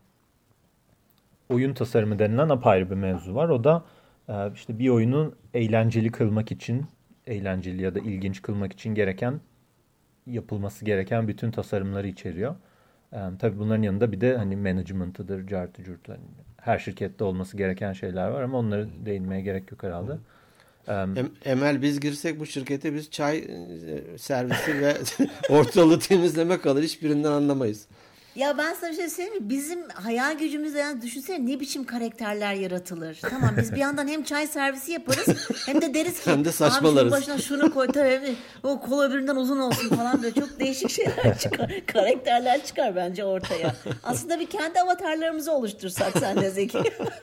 oyun tasarımı denilen apayrı bir mevzu var. O da e, işte bir oyunu eğlenceli kılmak için, eğlenceli ya da ilginç kılmak için gereken, yapılması gereken bütün tasarımları içeriyor. Ee, tabii bunların yanında bir de hani management'ıdır, cartı curtu, hani her şirkette olması gereken şeyler var ama onları değinmeye gerek yok herhalde. Ee, Em- Emel biz girsek bu şirkete biz çay e, servisi ve ortalığı temizleme kalır. Hiçbirinden anlamayız. Ya ben sana bir şey söyleyeyim mi? Bizim hayal gücümüzle yani düşünsene ne biçim karakterler yaratılır. Tamam biz bir yandan hem çay servisi yaparız hem de deriz ki Hem de abi şunun saçmalarız. başına şunu koy tabii o kol öbüründen uzun olsun falan böyle çok değişik şeyler çıkar. Karakterler çıkar bence ortaya. Aslında bir kendi avatarlarımızı oluştursak sen de Zeki.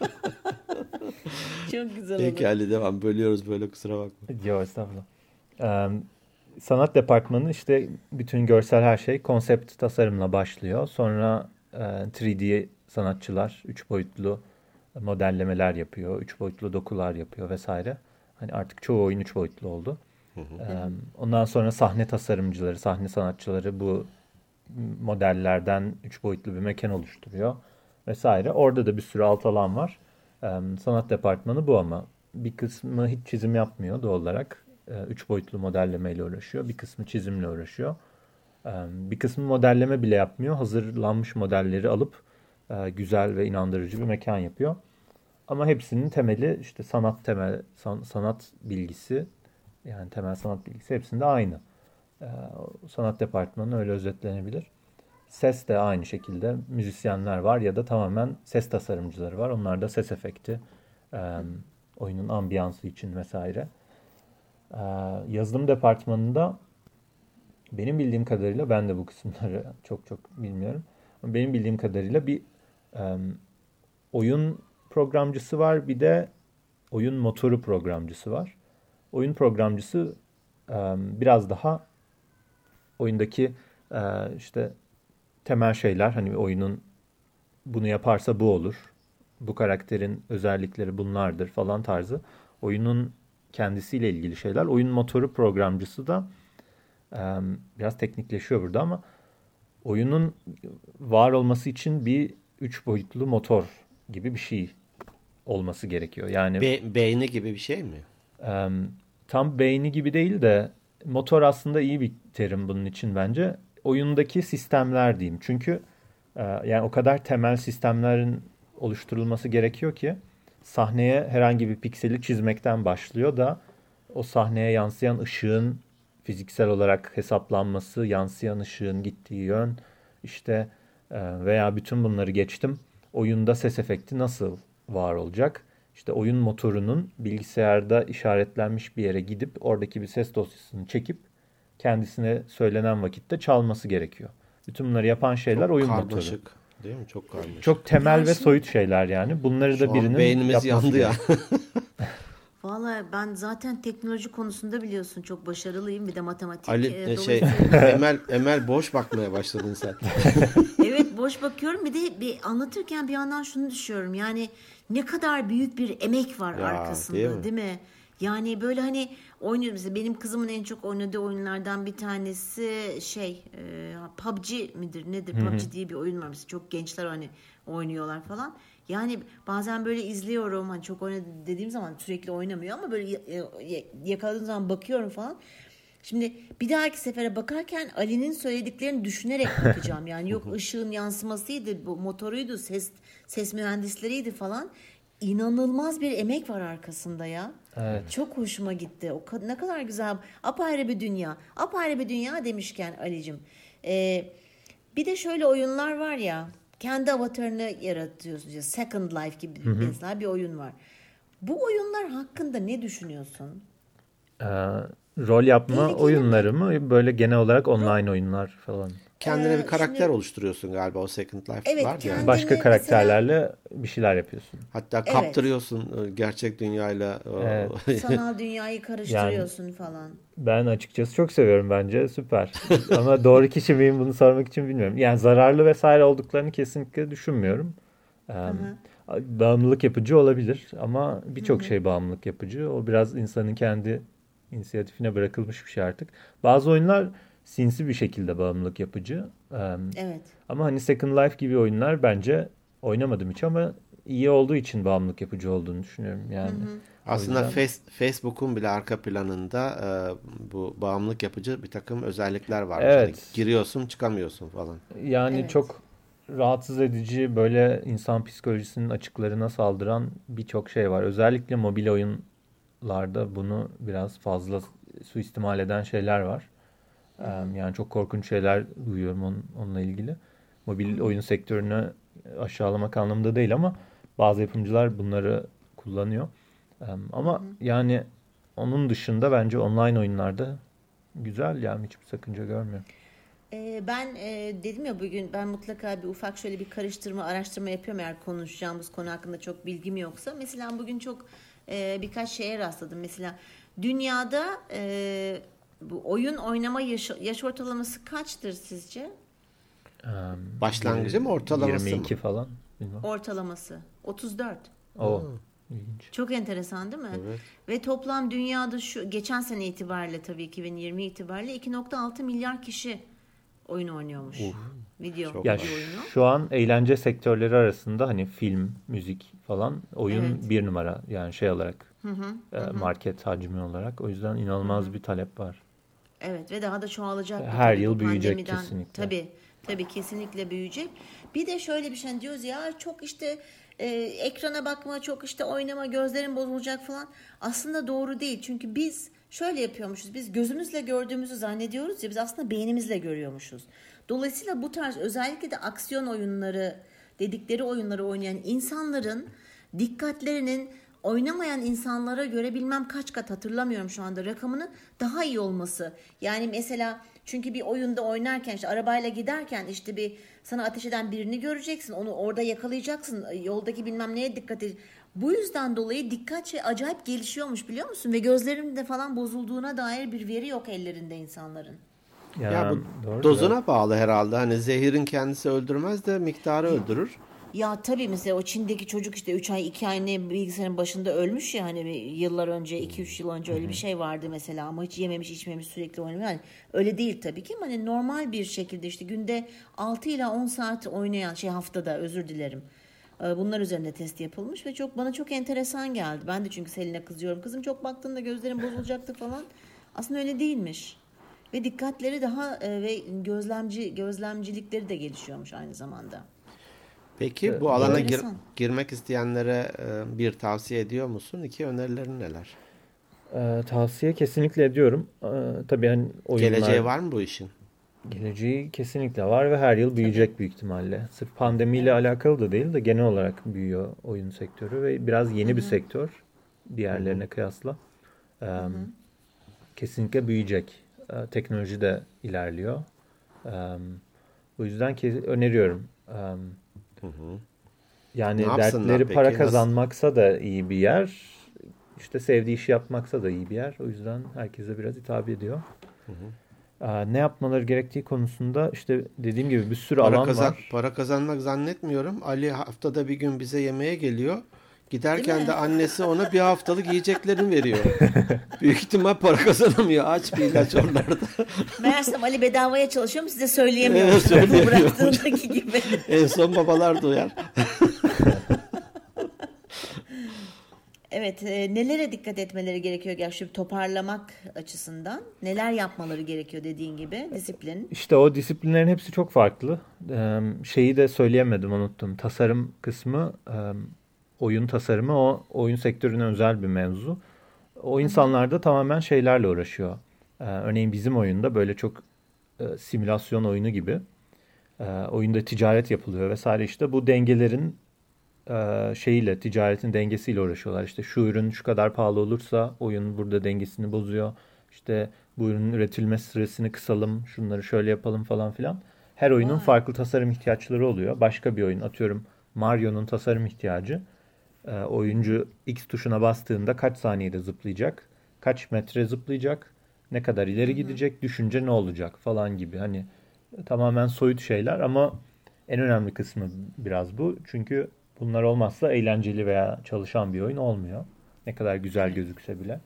Çok güzel olur. Peki Ali devam. Bölüyoruz böyle kusura bakma. Yok estağfurullah. Ee, sanat departmanı işte bütün görsel her şey konsept tasarımla başlıyor. Sonra e, üç D sanatçılar üç boyutlu modellemeler yapıyor. üç boyutlu dokular yapıyor vesaire. Hani artık çoğu oyun üç boyutlu oldu. Ondan sonra sahne tasarımcıları, sahne sanatçıları bu modellerden üç boyutlu bir mekan oluşturuyor vesaire. Orada da bir sürü alt alan var. Sanat departmanı bu ama bir kısmı hiç çizim yapmıyor doğal olarak. Üç boyutlu modellemeyle uğraşıyor. Bir kısmı çizimle uğraşıyor. Bir kısmı modelleme bile yapmıyor. Hazırlanmış modelleri alıp güzel ve inandırıcı bir mekan yapıyor. Ama hepsinin temeli işte sanat temel san, sanat bilgisi, yani temel sanat bilgisi hepsinde aynı. Sanat departmanı öyle özetlenebilir. Ses de aynı şekilde müzisyenler var ya da tamamen ses tasarımcıları var. Onlar da ses efekti, oyunun ambiyansı için vesaire. Yazılım departmanında benim bildiğim kadarıyla, ben de bu kısımları çok çok bilmiyorum. Ama benim bildiğim kadarıyla bir oyun programcısı var, bir de oyun motoru programcısı var. Oyun programcısı biraz daha oyundaki işte temel şeyler, hani oyunun bunu yaparsa bu olur, bu karakterin özellikleri bunlardır falan tarzı oyunun kendisiyle ilgili şeyler. Oyun motoru programcısı da biraz teknikleşiyor burada ama oyunun var olması için bir üç boyutlu motor gibi bir şey olması gerekiyor. Yani Be- beyni gibi bir şey mi? E, tam beyni gibi değil de motor aslında iyi bir terim bunun için bence. Oyundaki sistemler diyeyim. Çünkü e, yani o kadar temel sistemlerin oluşturulması gerekiyor ki sahneye herhangi bir pikseli çizmekten başlıyor da o sahneye yansıyan ışığın fiziksel olarak hesaplanması, yansıyan ışığın gittiği yön, işte veya bütün bunları geçtim. Oyunda ses efekti nasıl var olacak? İşte oyun motorunun bilgisayarda işaretlenmiş bir yere gidip oradaki bir ses dosyasını çekip kendisine söylenen vakitte çalması gerekiyor. Bütün bunları yapan şeyler çok oyun karmaşık, motoru. Değil mi? Çok karmaşık. Çok temel Ya ve şimdi, soyut şeyler yani. Bunları Şu da an birinin beynimiz yandı ya. Vallahi ben zaten teknoloji konusunda biliyorsun çok başarılıyım, bir de matematik. Ali e, şey dolayısıyla Emel Emel boş bakmaya başladın sen. evet, boş bakıyorum. Bir de bir anlatırken bir yandan şunu düşünüyorum. Yani ne kadar büyük bir emek var Ya, arkasında, değil mi? değil mi? Yani böyle hani oynuyoruz. Mesela benim kızımın en çok oynadığı oyunlardan bir tanesi şey e, P U B G midir nedir? P U B G diye bir oyun var. Mesela çok gençler hani oynuyorlar falan. Yani bazen böyle izliyorum. Hani çok oynadı dediğim zaman sürekli oynamıyor ama böyle y- y- yakaladığım zaman bakıyorum falan. Şimdi bir dahaki sefere bakarken Ali'nin söylediklerini düşünerek bakacağım. Yani yok ışığın yansımasıydı, bu motoruydu, ses ses mühendisleriydi falan. İnanılmaz bir emek var arkasında ya. Evet. Çok hoşuma gitti. O ne kadar güzel. Apayrı bir dünya. Apayrı bir dünya demişken Ali'cim. Ee, bir de şöyle oyunlar var ya. Kendi avatarını yaratıyorsun. İşte Second Life gibi hı hı. mesela bir oyun var. Bu oyunlar hakkında ne düşünüyorsun? Ee, rol yapma Tehlikeli oyunları mi? mı? Böyle genel olarak online oyunlar falan. Kendine Ee, bir karakter şimdi- oluşturuyorsun galiba, o Second Life Evet, var ya. kendi- Başka Kendini karakterlerle bir şeyler yapıyorsun. Hatta Evet. kaptırıyorsun e, gerçek dünyayla. e, Evet. Sanal dünyayı karıştırıyorsun falan. Ben açıkçası çok seviyorum, bence süper. Ama doğru kişi miyim bunu sormak için bilmiyorum. Yani zararlı vesaire olduklarını kesinlikle düşünmüyorum. Ee, bağımlılık yapıcı olabilir ama birçok şey bağımlılık yapıcı. O biraz insanın kendi inisiyatifine bırakılmış bir şey artık. Bazı oyunlar sinsi bir şekilde bağımlılık yapıcı. Ee, Evet. ama hani Second Life gibi oyunlar bence oynamadım hiç ama iyi olduğu için bağımlılık yapıcı olduğunu düşünüyorum yani. Aslında O yüzden- Face- Facebook'un bile arka planında e, bu bağımlılık yapıcı bir takım özellikler var. Evet. Yani giriyorsun çıkamıyorsun falan. Yani Evet. çok rahatsız edici, böyle insan psikolojisinin açıklarına saldıran birçok şey var. Özellikle mobil oyunlarda bunu biraz fazla suistimal eden şeyler var. Ee, Yani çok korkunç şeyler duyuyorum onun, onunla ilgili. Mobil oyun sektörünü aşağılamak anlamında değil ama bazı yapımcılar bunları kullanıyor. Ee, Ama yani onun dışında bence online oyunlarda güzel, yani hiçbir sakınca görmüyorum. Ee, ben e, dedim ya bugün ben mutlaka bir ufak şöyle bir karıştırma, araştırma yapıyorum eğer konuşacağımız konu hakkında çok bilgim yoksa. Mesela bugün çok e, birkaç şeye rastladım. Mesela dünyada e, bu oyun oynama yaş, yaş ortalaması kaçtır sizce? Ee, Başlangıcı mı, ortalaması yirmi iki mı? falan. Bilmem. Ortalaması otuz dört. O. İlginç. Çok enteresan değil mi? Evet. Ve toplam dünyada şu geçen sene itibariyle tabii iki bin yirmi itibariyle iki nokta altı milyar kişi oyun oynuyormuş. Uf. Video, Çok Ya video oyunu. şu an eğlence sektörleri arasında hani film, müzik falan oyun Evet. bir numara yani şey olarak Hı hı. e, market hacmi olarak. O yüzden inanılmaz bir talep var. Evet ve daha da çoğalacak. bu Her tabii yıl bu büyüyecek pandemiden. kesinlikle. Tabii, tabii kesinlikle büyüyecek. Bir de şöyle bir şey diyoruz ya çok işte e, ekrana bakma, çok işte oynama, gözlerin bozulacak falan. Aslında doğru değil. Çünkü biz şöyle yapıyormuşuz. Biz gözümüzle gördüğümüzü zannediyoruz ya biz aslında beynimizle görüyormuşuz. Dolayısıyla bu tarz özellikle de aksiyon oyunları dedikleri oyunları oynayan insanların dikkatlerinin oynamayan insanlara göre bilmem kaç kat hatırlamıyorum şu anda rakamını daha iyi olması. Yani mesela çünkü bir oyunda oynarken işte arabayla giderken işte bir sana ateş eden birini göreceksin. Onu orada yakalayacaksın. Yoldaki bilmem neye dikkat et. Bu yüzden dolayı dikkat şey acayip gelişiyormuş biliyor musun? Ve gözlerinde falan bozulduğuna dair bir veri yok ellerinde insanların. Ya, Ya bu doğru dozuna da- bağlı herhalde. Hani zehirin kendisi öldürmez de miktarı öldürür. Ya tabii mesela o Çin'deki çocuk işte üç ay iki ay ne bilgisayarın başında ölmüş ya hani bir yıllar önce iki üç yıl önce öyle bir şey vardı mesela ama hiç yememiş içmemiş sürekli oynuyor. Yani öyle değil tabii ki ama hani normal bir şekilde işte günde altı ila on saat oynayan şey haftada özür dilerim. Ee, Bunlar üzerinde test yapılmış ve çok bana çok enteresan geldi. Ben de çünkü Selin'e kızıyorum. Kızım çok baktığında gözlerin bozulacaktı falan. Aslında öyle değilmiş. Ve dikkatleri daha e, ve gözlemci gözlemcilikleri de gelişiyormuş aynı zamanda. Peki bu alana gir- Enteresan. girmek isteyenlere e, bir tavsiye ediyor musun? İki önerilerin neler? Ee, tavsiye kesinlikle ediyorum. Ee, tabii hani oyunlar Geleceği var mı bu işin? geleceği kesinlikle var ve her yıl büyüyecek büyük ihtimalle. Sırf pandemiyle alakalı da değil de genel olarak büyüyor oyun sektörü ve biraz yeni bir sektör diğerlerine kıyasla. Ee, kesinlikle büyüyecek. Ee, teknoloji de ilerliyor. Ee, o yüzden ke- öneriyorum. Ee, yani Ne yapsınlar dertleri peki? para Nasıl- kazanmaksa da iyi bir yer. İşte sevdiği işi yapmaksa da iyi bir yer. O yüzden herkese biraz hitap ediyor. Ee, ne yapmaları gerektiği konusunda işte dediğim gibi bir sürü Para alan kazan var. para kazanmak zannetmiyorum. Ali haftada bir gün bize yemeğe geliyor. Giderken de annesi ona bir haftalık yiyeceklerini veriyor. Büyük ihtimal para kazanamıyor. Aç bir ilaç onlarda. Meğersem Ali bedavaya çalışıyor mu size söyleyemiyorum. Evet, söyleyemiyorum. Bıraktığındaki gibi. En son babalar duyar. Evet, e, nelere dikkat etmeleri gerekiyor gerçi toparlamak açısından? Neler yapmaları gerekiyor dediğin gibi disiplin. İşte o disiplinlerin hepsi çok farklı. Ee, şeyi de söyleyemedim, unuttum. Tasarım kısmı, e, oyun tasarımı o oyun sektörüne özel bir mevzu. O insanlar da tamamen şeylerle uğraşıyor. Ee, örneğin bizim oyunda böyle çok e, simülasyon oyunu gibi. E, oyunda ticaret yapılıyor vesaire işte bu dengelerin e, şeyiyle, ticaretin dengesiyle uğraşıyorlar. İşte şu ürün şu kadar pahalı olursa oyun burada dengesini bozuyor. İşte bu ürünün üretilme süresini kısalım, şunları şöyle yapalım falan filan. Her oyunun Vay. farklı tasarım ihtiyaçları oluyor. Başka bir oyun, atıyorum Mario'nun tasarım ihtiyacı. E, oyuncu X tuşuna bastığında kaç saniyede zıplayacak, kaç metre zıplayacak, ne kadar ileri gidecek, düşünce ne olacak falan gibi. Hani tamamen soyut şeyler ama en önemli kısmı biraz bu. Çünkü bunlar olmazsa eğlenceli veya çalışan bir oyun olmuyor. Ne kadar güzel gözükse bile.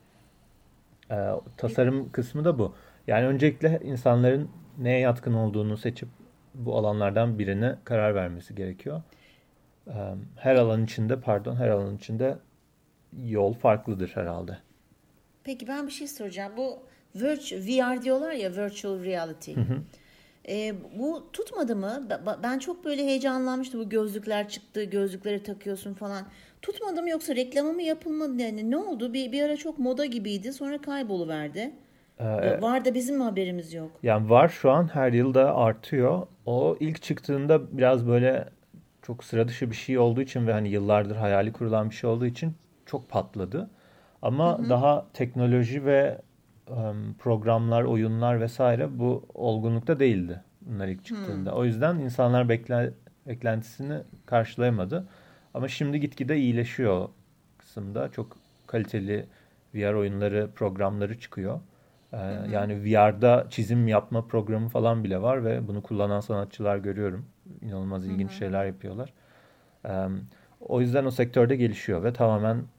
Ee, tasarım kısmı da bu. Yani öncelikle insanların neye yatkın olduğunu seçip bu alanlardan birine karar vermesi gerekiyor. Ee, her alan içinde, pardon, her alan içinde yol farklıdır herhalde. Peki ben bir şey soracağım. Bu virtu- V R diyorlar ya virtual reality. E, bu tutmadı mı? Ba- Ben çok böyle heyecanlanmıştım. Bu gözlükler çıktı, gözlükleri takıyorsun falan. Tutmadı mı yoksa reklamı mı yapılmadı? Yani ne oldu? Bir, bir ara çok moda gibiydi. Sonra kayboluverdi. Ee, Var da bizim mi haberimiz yok? Yani var şu an her yılda artıyor. O ilk çıktığında biraz böyle çok sıra dışı bir şey olduğu için ve hani yıllardır hayali kurulan bir şey olduğu için çok patladı. Ama daha teknoloji ve em, programlar, oyunlar vesaire bu olgunlukta değildi bunlar ilk çıktığında. O yüzden insanlar bekle, beklentisini karşılayamadı. Ama şimdi gitgide iyileşiyor o kısımda. Çok kaliteli V R oyunları, programları çıkıyor. Ee, yani V R'da çizim yapma programı falan bile var ve bunu kullanan sanatçılar görüyorum. İnanılmaz ilginç şeyler yapıyorlar. Ee, o yüzden o sektörde gelişiyor ve tamamen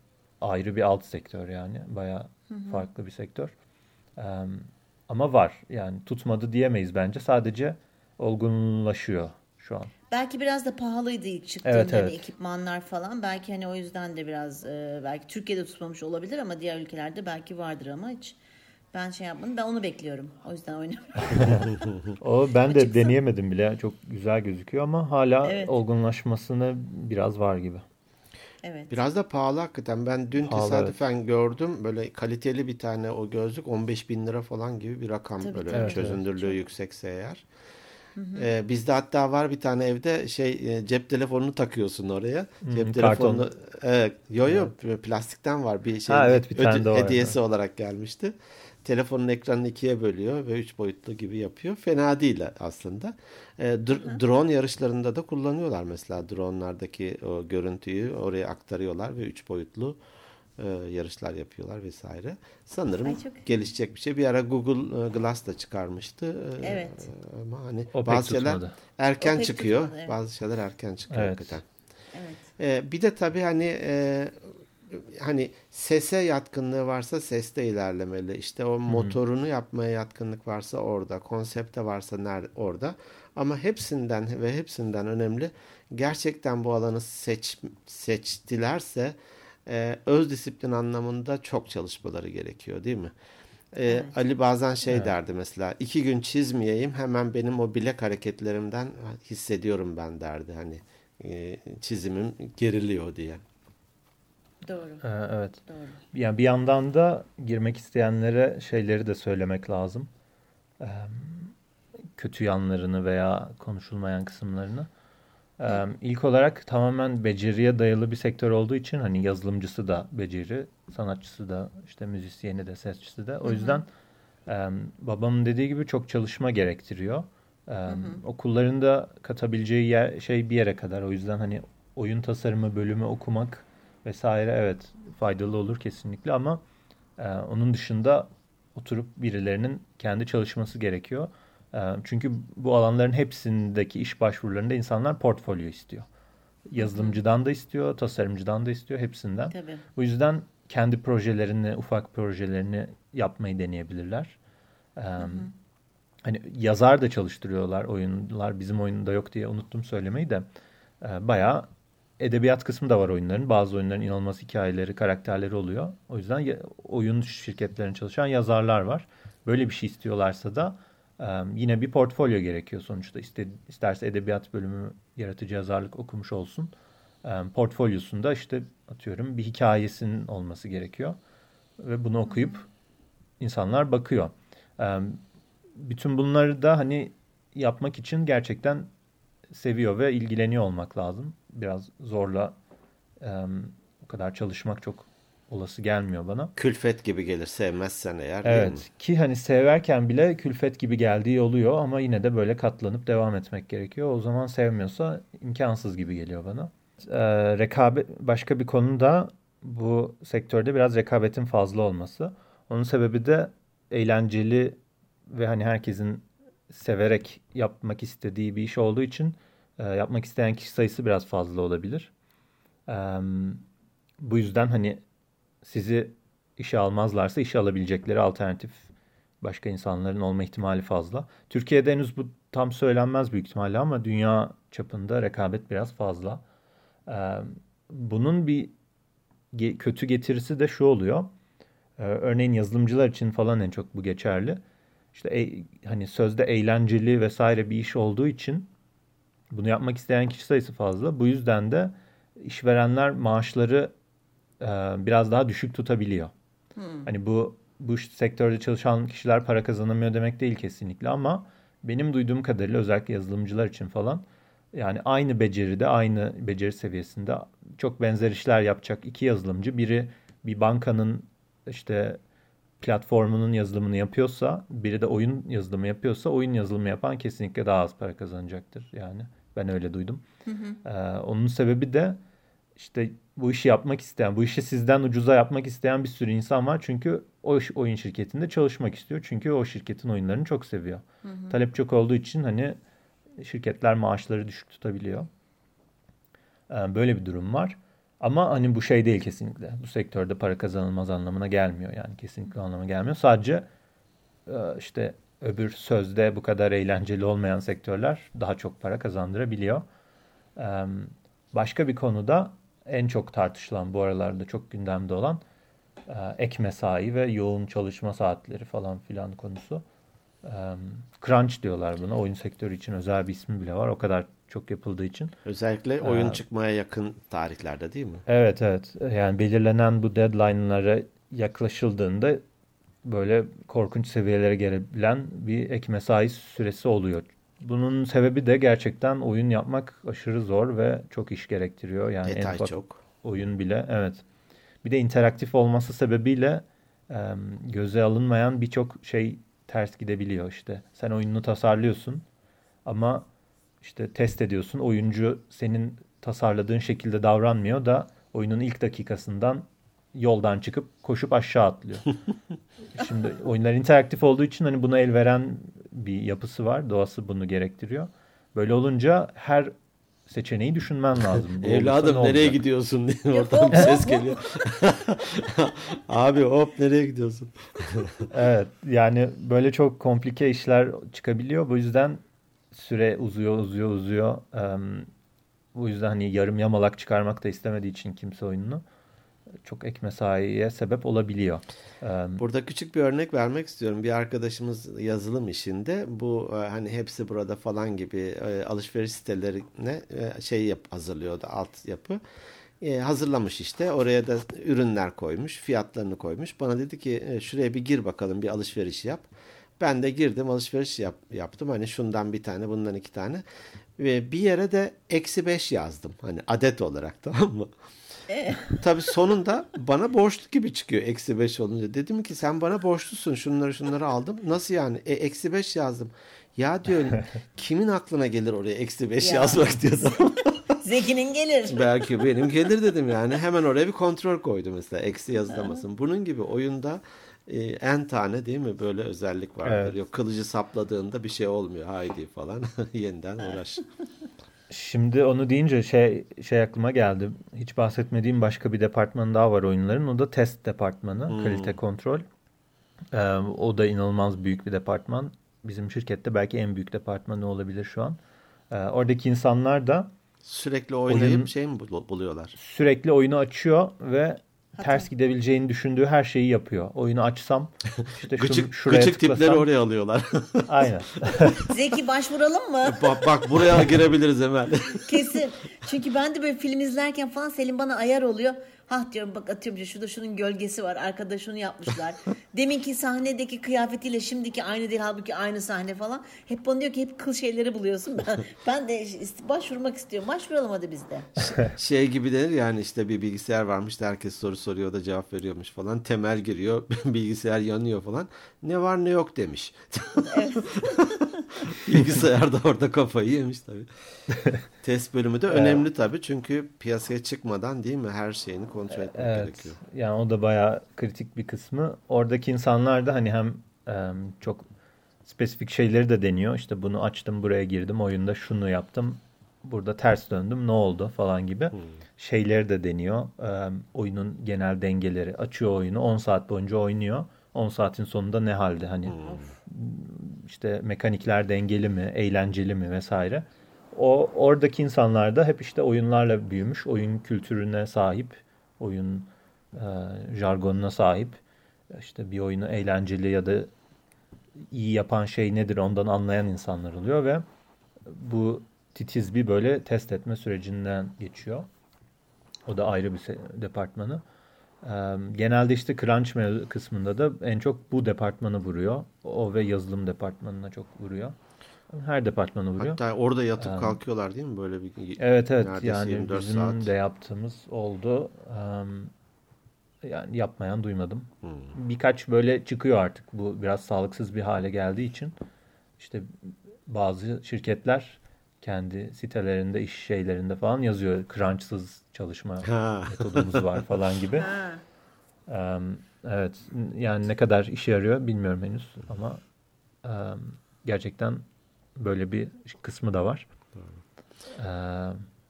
ayrı bir alt sektör yani. Bayağı hı hı. farklı bir sektör. Ee, ama var. Yani tutmadı diyemeyiz bence. Sadece olgunlaşıyor şu an. Belki biraz da pahalıydı ilk çıktığında evet, evet. hani ekipmanlar falan. Belki hani o yüzden de biraz e, belki Türkiye'de tutmamış olabilir ama diğer ülkelerde belki vardır ama hiç ben şey yapmadım. Ben onu bekliyorum. O yüzden oynamıyorum. O ben de Açıksa... deneyemedim bile. Çok güzel gözüküyor ama hala evet. olgunlaşmasını biraz var gibi. Evet. Biraz da pahalı hakikaten. Ben dün pahalı, tesadüfen evet. gördüm. Böyle kaliteli bir tane o gözlük on beş bin lira falan gibi bir rakam. Tabii, böyle evet, çözünürlüğü evet. yüksekse eğer. Hı hı. Ee, bizde hatta var bir tane evde şey cep telefonunu takıyorsun oraya. Hmm, cep telefonunu evet, yo yo evet. plastikten var bir şey. Ha, evet, bir tane ödü, var, hediyesi evet. olarak gelmişti. Telefonun ekranını ikiye bölüyor ve üç boyutlu gibi yapıyor. Fena değil aslında. E, dr- drone yarışlarında da kullanıyorlar mesela. Drone'lardaki o görüntüyü oraya aktarıyorlar ve üç boyutlu e, yarışlar yapıyorlar vesaire. Sanırım Ay, çok... gelişecek bir şey. Bir ara Google Glass da çıkarmıştı. E, evet. Ama hani o bazı şeyler tutmadı. erken çıkıyor. Tutmadı, evet. Bazı şeyler erken çıkıyor evet. hakikaten. Evet. E, bir de tabii hani e, hani sese yatkınlığı varsa seste ilerlemeli. İşte o motorunu Hı-hı. yapmaya yatkınlık varsa orada, konsepte varsa nerede orada. Ama hepsinden ve hepsinden önemli gerçekten bu alanı seç seçtilerse e, öz disiplin anlamında çok çalışmaları gerekiyor, değil mi? E, evet. Ali bazen şey evet. derdi mesela, iki gün çizmeyeyim hemen benim o bilek hareketlerimden hissediyorum ben derdi. Hani e, çizimim geriliyor diye. Doğru. Ee, evet. Doğru. Yani bir yandan da girmek isteyenlere şeyleri de söylemek lazım. Ee, kötü yanlarını veya konuşulmayan kısımlarını. Ee, ilk olarak tamamen beceriye dayalı bir sektör olduğu için hani yazılımcısı da beceri, sanatçısı da, işte müzisyeni de, sesçisi de. O yüzden e, babamın dediği gibi çok çalışma gerektiriyor. E, hı hı. Okulların da katabileceği yer, şey bir yere kadar. O yüzden hani oyun tasarımı bölümü okumak vesaire evet faydalı olur kesinlikle ama e, onun dışında oturup birilerinin kendi çalışması gerekiyor. E, çünkü bu alanların hepsindeki iş başvurularında insanlar portfolyo istiyor. Yazılımcıdan da istiyor, tasarımcıdan da istiyor, hepsinden. Tabii. Bu yüzden kendi projelerini, ufak projelerini yapmayı deneyebilirler. E, hı hı. Hani yazar da çalıştırıyorlar oyunlar. Bizim oyunda yok diye unuttum söylemeyi de. E, bayağı edebiyat kısmı da var oyunların. Bazı oyunların inanılmaz hikayeleri, karakterleri oluyor. O yüzden ya, oyun şirketlerinde çalışan yazarlar var. Böyle bir şey istiyorlarsa da e, yine bir portfolyo gerekiyor sonuçta. İste, isterse edebiyat bölümü, yaratıcı yazarlık okumuş olsun. E, portfolyosunda işte atıyorum bir hikayesinin olması gerekiyor. Ve bunu okuyup insanlar bakıyor. E, bütün bunları da hani yapmak için gerçekten seviyor ve ilgileniyor olmak lazım. Biraz zorla e, o kadar çalışmak çok olası gelmiyor bana. Külfet gibi gelir sevmezsen eğer. Evet ki hani severken bile külfet gibi geldiği oluyor ama yine de böyle katlanıp devam etmek gerekiyor. O zaman sevmiyorsa imkansız gibi geliyor bana. E, rekabet başka bir konu da bu sektörde biraz rekabetin fazla olması. Onun sebebi de eğlenceli ve hani herkesin severek yapmak istediği bir iş olduğu için e, yapmak isteyen kişi sayısı biraz fazla olabilir. E, bu yüzden hani sizi işe almazlarsa işe alabilecekleri alternatif başka insanların olma ihtimali fazla. Türkiye'de henüz bu tam söylenmez büyük ihtimalle ama dünya çapında rekabet biraz fazla. E, bunun bir ge- kötü getirisi de şu oluyor. E, örneğin yazılımcılar için falan en çok bu geçerli. İşte e, hani sözde eğlenceli vesaire bir iş olduğu için bunu yapmak isteyen kişi sayısı fazla. Bu yüzden de işverenler maaşları e, biraz daha düşük tutabiliyor. Hmm. Hani bu bu sektörde çalışan kişiler para kazanamıyor demek değil kesinlikle ama benim duyduğum kadarıyla özellikle yazılımcılar için falan yani aynı beceride, aynı beceri seviyesinde çok benzer işler yapacak iki yazılımcı, biri bir bankanın işte platformunun yazılımını yapıyorsa, biri de oyun yazılımı yapıyorsa oyun yazılımı yapan kesinlikle daha az para kazanacaktır. Yani ben öyle duydum. Hı hı. Ee, onun sebebi de işte bu işi yapmak isteyen, bu işi sizden ucuza yapmak isteyen bir sürü insan var. Çünkü o oyun şirketinde çalışmak istiyor. Çünkü o şirketin oyunlarını çok seviyor. Hı hı. Talep çok olduğu için hani şirketler maaşları düşük tutabiliyor. Ee, böyle bir durum var. Ama hani bu şey değil kesinlikle. Bu sektörde para kazanılmaz anlamına gelmiyor. Yani kesinlikle o anlamına gelmiyor. Sadece e, işte öbür sözde bu kadar eğlenceli olmayan sektörler daha çok para kazandırabiliyor. E, Başka bir konuda en çok tartışılan bu aralarda çok gündemde olan e, ek mesai ve yoğun çalışma saatleri falan filan konusu. E, Crunch diyorlar buna. Oyun sektörü için özel bir ismi bile var. O kadar çok yapıldığı için. Özellikle oyun Ee, çıkmaya yakın tarihlerde değil mi? Evet evet. Yani belirlenen bu deadline'lara yaklaşıldığında böyle korkunç seviyelere gelebilen bir ek mesai süresi oluyor. Bunun sebebi de gerçekten oyun yapmak aşırı zor ve çok iş gerektiriyor. Yani en Detay ufak çok. oyun bile evet. Bir de interaktif olması sebebiyle e, göze alınmayan birçok şey ters gidebiliyor işte. Sen oyununu tasarlıyorsun ama işte test ediyorsun. Oyuncu senin tasarladığın şekilde davranmıyor da oyunun ilk dakikasından yoldan çıkıp koşup aşağı atlıyor. Şimdi oyunlar interaktif olduğu için hani buna el veren bir yapısı var. Doğası bunu gerektiriyor. Böyle olunca her seçeneği düşünmen lazım. Bu olursa Evladım ne nereye olacak? gidiyorsun diye oradan bir ses geliyor. Abi hop nereye gidiyorsun? Evet yani böyle çok komplike işler çıkabiliyor. Bu yüzden süre uzuyor uzuyor uzuyor. Em, bu yüzden hani yarım yamalak çıkarmak da istemediği için kimse oyununu çok ek mesaiye sebep olabiliyor. Em, Burada küçük bir örnek vermek istiyorum. Bir arkadaşımız yazılım işinde bu e, hani hepsi burada falan gibi e, alışveriş sitelerine e, şey yap, hazırlıyordu, altyapı. E, hazırlamış işte. Oraya da ürünler koymuş, fiyatlarını koymuş. Bana dedi ki e, şuraya bir gir bakalım, bir alışveriş yap. Ben de girdim, alışveriş yap, yaptım. Hani şundan bir tane, bundan iki tane. Ve bir yere de eksi beş yazdım. Hani adet olarak, tamam mı? Tabii sonunda bana borçlu gibi çıkıyor eksi beş olunca. Dedim ki sen bana borçlusun, şunları şunları aldım. Nasıl yani? E, eksi beş yazdım. Ya diyor, kimin aklına gelir oraya eksi beş Ya. yazmak diyordum. Zeki'nin gelir. Belki benim gelir dedim yani. Hemen oraya bir kontrol koydum mesela, eksi yazılamasın. Bunun gibi oyunda e, en tane değil mi böyle özellik vardır. Evet. Yok kılıcı sapladığında bir şey olmuyor, haydi falan. Yeniden uğraş. Şimdi onu deyince şey şey aklıma geldi. Hiç bahsetmediğim başka bir departman daha var oyunların. O da test departmanı, Hmm. kalite kontrol. Ee, o da inanılmaz büyük bir departman. Bizim şirkette belki en büyük departmanı olabilir şu an. Ee, oradaki insanlar da Sürekli oynayıp oyun şey mi bul- buluyorlar? sürekli oyunu açıyor ve ters gidebileceğini düşündüğü her şeyi yapıyor. Oyunu açsam işte şu, Gıcık, şuraya gıcık tipleri tıklasam. oraya alıyorlar. Aynen. Zeki başvuralım mı? Bak bak buraya girebiliriz hemen. Kesin. Çünkü ben de böyle film izlerken falan Selim bana ayar oluyor. Hah diyorum, bak atıyorum şurada şunun gölgesi var. Arkada şunu yapmışlar. Deminki sahnedeki kıyafetiyle şimdiki aynı değil. Halbuki aynı sahne falan. Hep bana diyor ki hep kıl şeyleri buluyorsun. Ben, ben de ist- başvurmak istiyorum. Başvuralım hadi biz de. Şey gibi denir yani, işte bir bilgisayar varmış da herkes soru soruyor da cevap veriyormuş falan. Temel giriyor, bilgisayar yanıyor falan. Ne var ne yok demiş. Bilgisayar da orada kafayı yemiş tabii. Test bölümü de önemli tabii, çünkü piyasaya çıkmadan değil mi her şeyini kontrol etmek Evet. gerekiyor. Yani o da bayağı kritik bir kısmı. Oradaki insanlar da hani hem em, çok spesifik şeyleri de deniyor. İşte bunu açtım, buraya girdim, oyunda şunu yaptım, burada ters döndüm, ne oldu falan gibi Hmm. şeyleri de deniyor. Em, oyunun genel dengeleri. Açıyor oyunu, on saat boyunca oynuyor. on saatin sonunda ne halde? Hani işte mekanikler dengeli mi, eğlenceli mi vesaire. O oradaki insanlar da hep işte oyunlarla büyümüş, oyun kültürüne sahip, oyun e, jargonuna sahip. İşte bir oyunu eğlenceli ya da iyi yapan şey nedir ondan anlayan insanlar oluyor ve bu titiz bir böyle test etme sürecinden geçiyor. O da ayrı bir se- departmanı. Ee, genelde işte crunch mev- kısmında da en çok bu departmanı vuruyor. O ve yazılım departmanına çok vuruyor. Her departmanı vuruyor. Hatta orada yatıp Em, kalkıyorlar değil mi, böyle bir Evet evet neredeyse yani yirmi dört bizim saat. de yaptığımız oldu. Em, yani yapmayan duymadım. Hmm. Birkaç böyle çıkıyor artık, bu biraz sağlıksız bir hale geldiği için. İşte bazı şirketler kendi sitelerinde, iş şeylerinde falan yazıyor. Crunch'sız çalışma Ha. metodumuz var falan gibi. Ha. Em, evet yani ne kadar işe yarıyor bilmiyorum henüz ama em, gerçekten böyle bir kısmı da var. Em,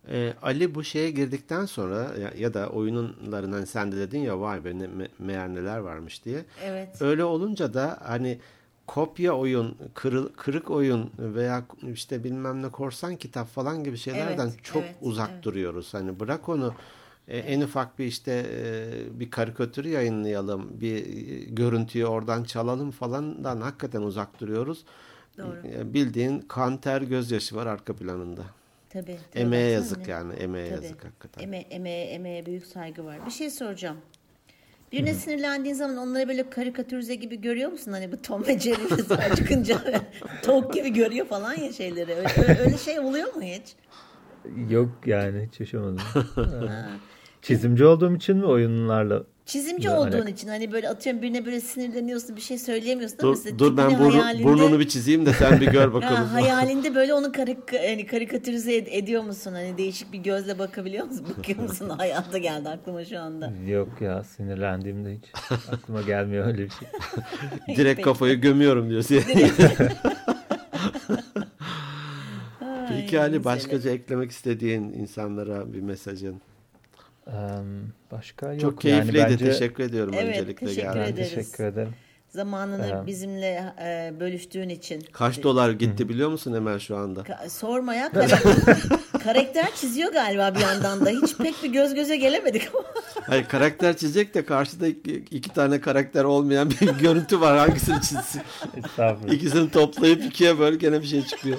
Ee, Ali bu şeye girdikten sonra ya, ya da oyunların hani sen de dedin ya vay be ne, me- meğer neler varmış diye. Evet. Öyle olunca da hani kopya oyun, kırıl, kırık oyun veya işte bilmem ne korsan kitap falan gibi şeylerden Evet, çok evet, uzak evet. duruyoruz. Hani bırak onu e, en ufak bir işte e, bir karikatürü yayınlayalım, bir e, görüntüyü oradan çalalım falandan hakikaten uzak duruyoruz. Doğru. E, bildiğin kan ter gözyaşı var arka planında. Tabii. tabii Emeğe baksana yazık ne- yani. Emeğe Tabii. yazık hakikaten. Eme, emeğe, emeğe büyük saygı var. Bir şey soracağım. Birine sinirlendiğin zaman onları böyle karikatürize gibi görüyor musun? Hani bu Tom ve Jerry mesela çıkınca tavuk gibi görüyor falan ya şeyleri. Öyle, öyle, öyle şey oluyor mu hiç? Yok yani hiç yaşamadım. Ha. Çizimci olduğum için mi oyunlarla? Çizimci Böyle olduğun alak- için hani böyle atıyorum birine böyle sinirleniyorsun bir şey söyleyemiyorsun ama Dur, mesela dur ben tipini burnu- hayalinde, burnunu bir çizeyim de sen bir gör ha, bakalım. hayalinde böyle onu karik yani karikatürize ed- ediyor musun? Hani değişik bir gözle bakabiliyor musun? Bakıyor musun? Hayata geldi aklıma şu anda. Yok ya sinirlendiğimde hiç aklıma gelmiyor öyle bir şey. Direkt Peki. kafayı gömüyorum diyorsun. Peki Ay, Ali güzelim. başkaca eklemek istediğin insanlara bir mesajın. Eee, başka yok. Çok yani keyifliydi. bence Teşekkür ediyorum Evet, öncelikle teşekkür geldiğin ben için. ederiz. teşekkür ederim. Zamanını Ee, bizimle e, bölüştüğün için. Kaç dolar gitti biliyor musun hemen şu anda? Ka- sormaya karakter, karakter çiziyor galiba bir yandan da. Hiç pek bir göz göze gelemedik ama. Hayır karakter çizecek de karşıda iki, iki tane karakter olmayan bir görüntü var. Hangisini çizsin? Estağfurullah. İkisini toplayıp ikiye böl gene bir şey çıkıyor.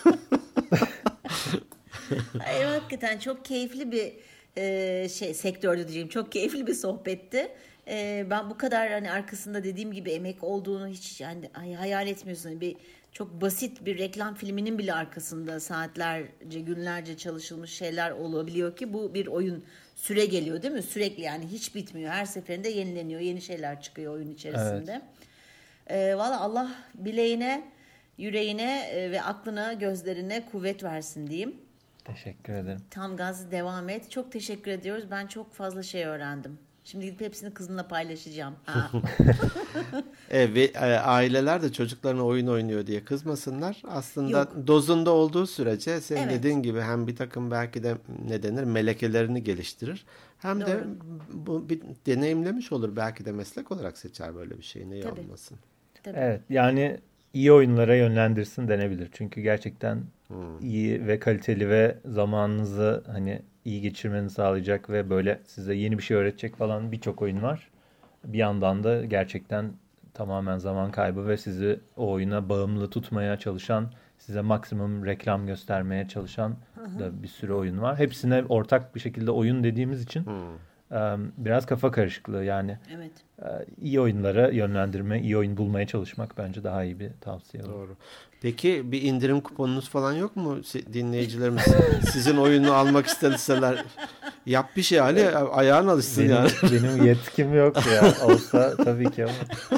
Ay, hakikaten çok keyifli bir e, şey sektördü diyeceğim. Çok keyifli bir sohbetti. E, ben bu kadar hani arkasında dediğim gibi emek olduğunu hiç yani ay, hayal etmiyorsun. Bir çok basit bir reklam filminin bile arkasında saatlerce, günlerce çalışılmış şeyler olabiliyor ki bu bir oyun süre geliyor değil mi? Sürekli yani hiç bitmiyor. Her seferinde yenileniyor. Yeni şeyler çıkıyor oyun içerisinde. E, Valla Allah bileğine, yüreğine e, ve aklına, gözlerine kuvvet versin diyeyim. Teşekkür ederim. Tam gaz devam et. Çok teşekkür ediyoruz. Ben çok fazla şey öğrendim. Şimdi gidip hepsini kızımla paylaşacağım. Ha. Evet, ve, e, aileler de çocuklarına oyun oynuyor diye kızmasınlar. Aslında Yok. dozunda olduğu sürece senin Evet. dediğin gibi hem bir takım belki de ne denir melekelerini geliştirir. Hem de Doğru. bu bir deneyimlemiş olur. Belki de meslek olarak seçer böyle bir şeyi. Niye Tabii. olmasın? Tabii. Evet yani iyi oyunlara yönlendirsin denebilir. Çünkü gerçekten Hmm. iyi ve kaliteli ve zamanınızı hani iyi geçirmeni sağlayacak ve böyle size yeni bir şey öğretecek falan birçok oyun var. Bir yandan da gerçekten tamamen zaman kaybı ve sizi o oyuna bağımlı tutmaya çalışan, size maksimum reklam göstermeye çalışan da bir sürü oyun var. Hepsine ortak bir şekilde oyun dediğimiz için Hmm. em, biraz kafa karışıklığı yani. Evet. e, iyi oyunlara yönlendirme, iyi oyun bulmaya çalışmak bence daha iyi bir tavsiye olur. Doğru. Peki bir indirim kuponunuz falan yok mu Si- dinleyicilerimiz? Sizin oyunu almak isteseler yap bir şey Ali ayağın alışsın Benim, yani. benim yetkim yok ya. Olsa tabii ki ama.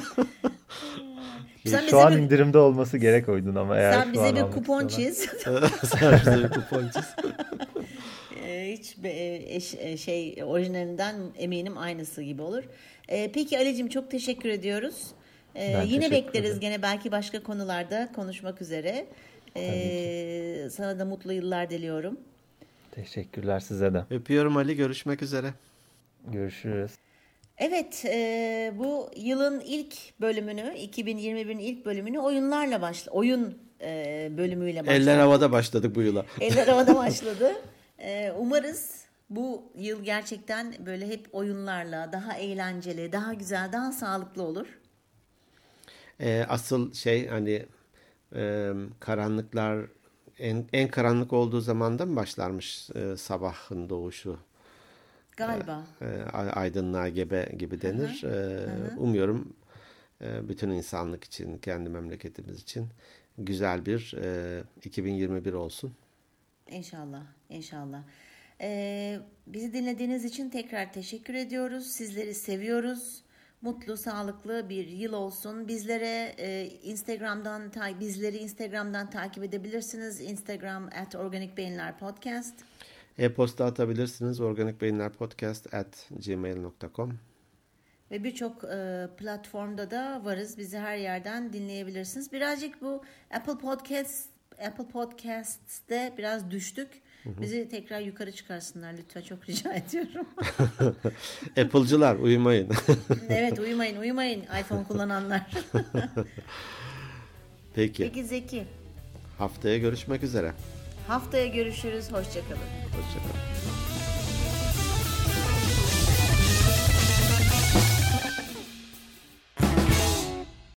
Sen Şu bize an bir- indirimde olması gerek oyunun ama eğer Sen şu bize an bir almak kupon istiyorlar. çiz. Sen bize bir kupon çiz. Ee, Hiç be- e, eş- e, şey orijinalinden eminim aynısı gibi olur. Ee, Peki Ali'cim çok teşekkür ediyoruz. Ee, Ben Yine teşekkür bekleriz ederim. gene belki başka konularda konuşmak üzere. Ee, sana da mutlu yıllar diliyorum. Teşekkürler size de. Öpüyorum Ali görüşmek üzere. Görüşürüz. Evet, e, bu yılın ilk bölümünü, iki bin yirmi birin ilk bölümünü oyunlarla başla, oyun e, bölümüyle başladık. Eller havada başladık bu yıla. Eller havada başladı. E, umarız bu yıl gerçekten böyle hep oyunlarla daha eğlenceli, daha güzel, daha sağlıklı olur. Ee, asıl şey hani e, karanlıklar en, en karanlık olduğu zamanda mı başlarmış e, sabahın doğuşu? Galiba. E, ay- aydınlığa gebe gibi denir. E, umuyorum e, bütün insanlık için, kendi memleketimiz için güzel bir e, iki bin yirmi bir olsun. İnşallah, inşallah. Ee, bizi dinlediğiniz için tekrar teşekkür ediyoruz. Sizleri seviyoruz. Mutlu, sağlıklı bir yıl olsun. Bizlere e, Instagram'dan ta- bizleri Instagram'dan takip edebilirsiniz. Instagram at Organik Beyinler Podcast. E-posta atabilirsiniz organikbeyinlerpodcast at gmail nokta com. Ve birçok e, platformda da varız. Bizi her yerden dinleyebilirsiniz. Birazcık bu Apple Podcast Apple Podcast'te biraz düştük. Bizi tekrar yukarı çıkarsınlar lütfen, çok rica ediyorum. Apple'cılar uyumayın. Evet, uyumayın uyumayın iPhone kullananlar. Peki. Peki Zeki. Haftaya görüşmek üzere. Haftaya görüşürüz. Hoşça kalın. Hoşça kalın.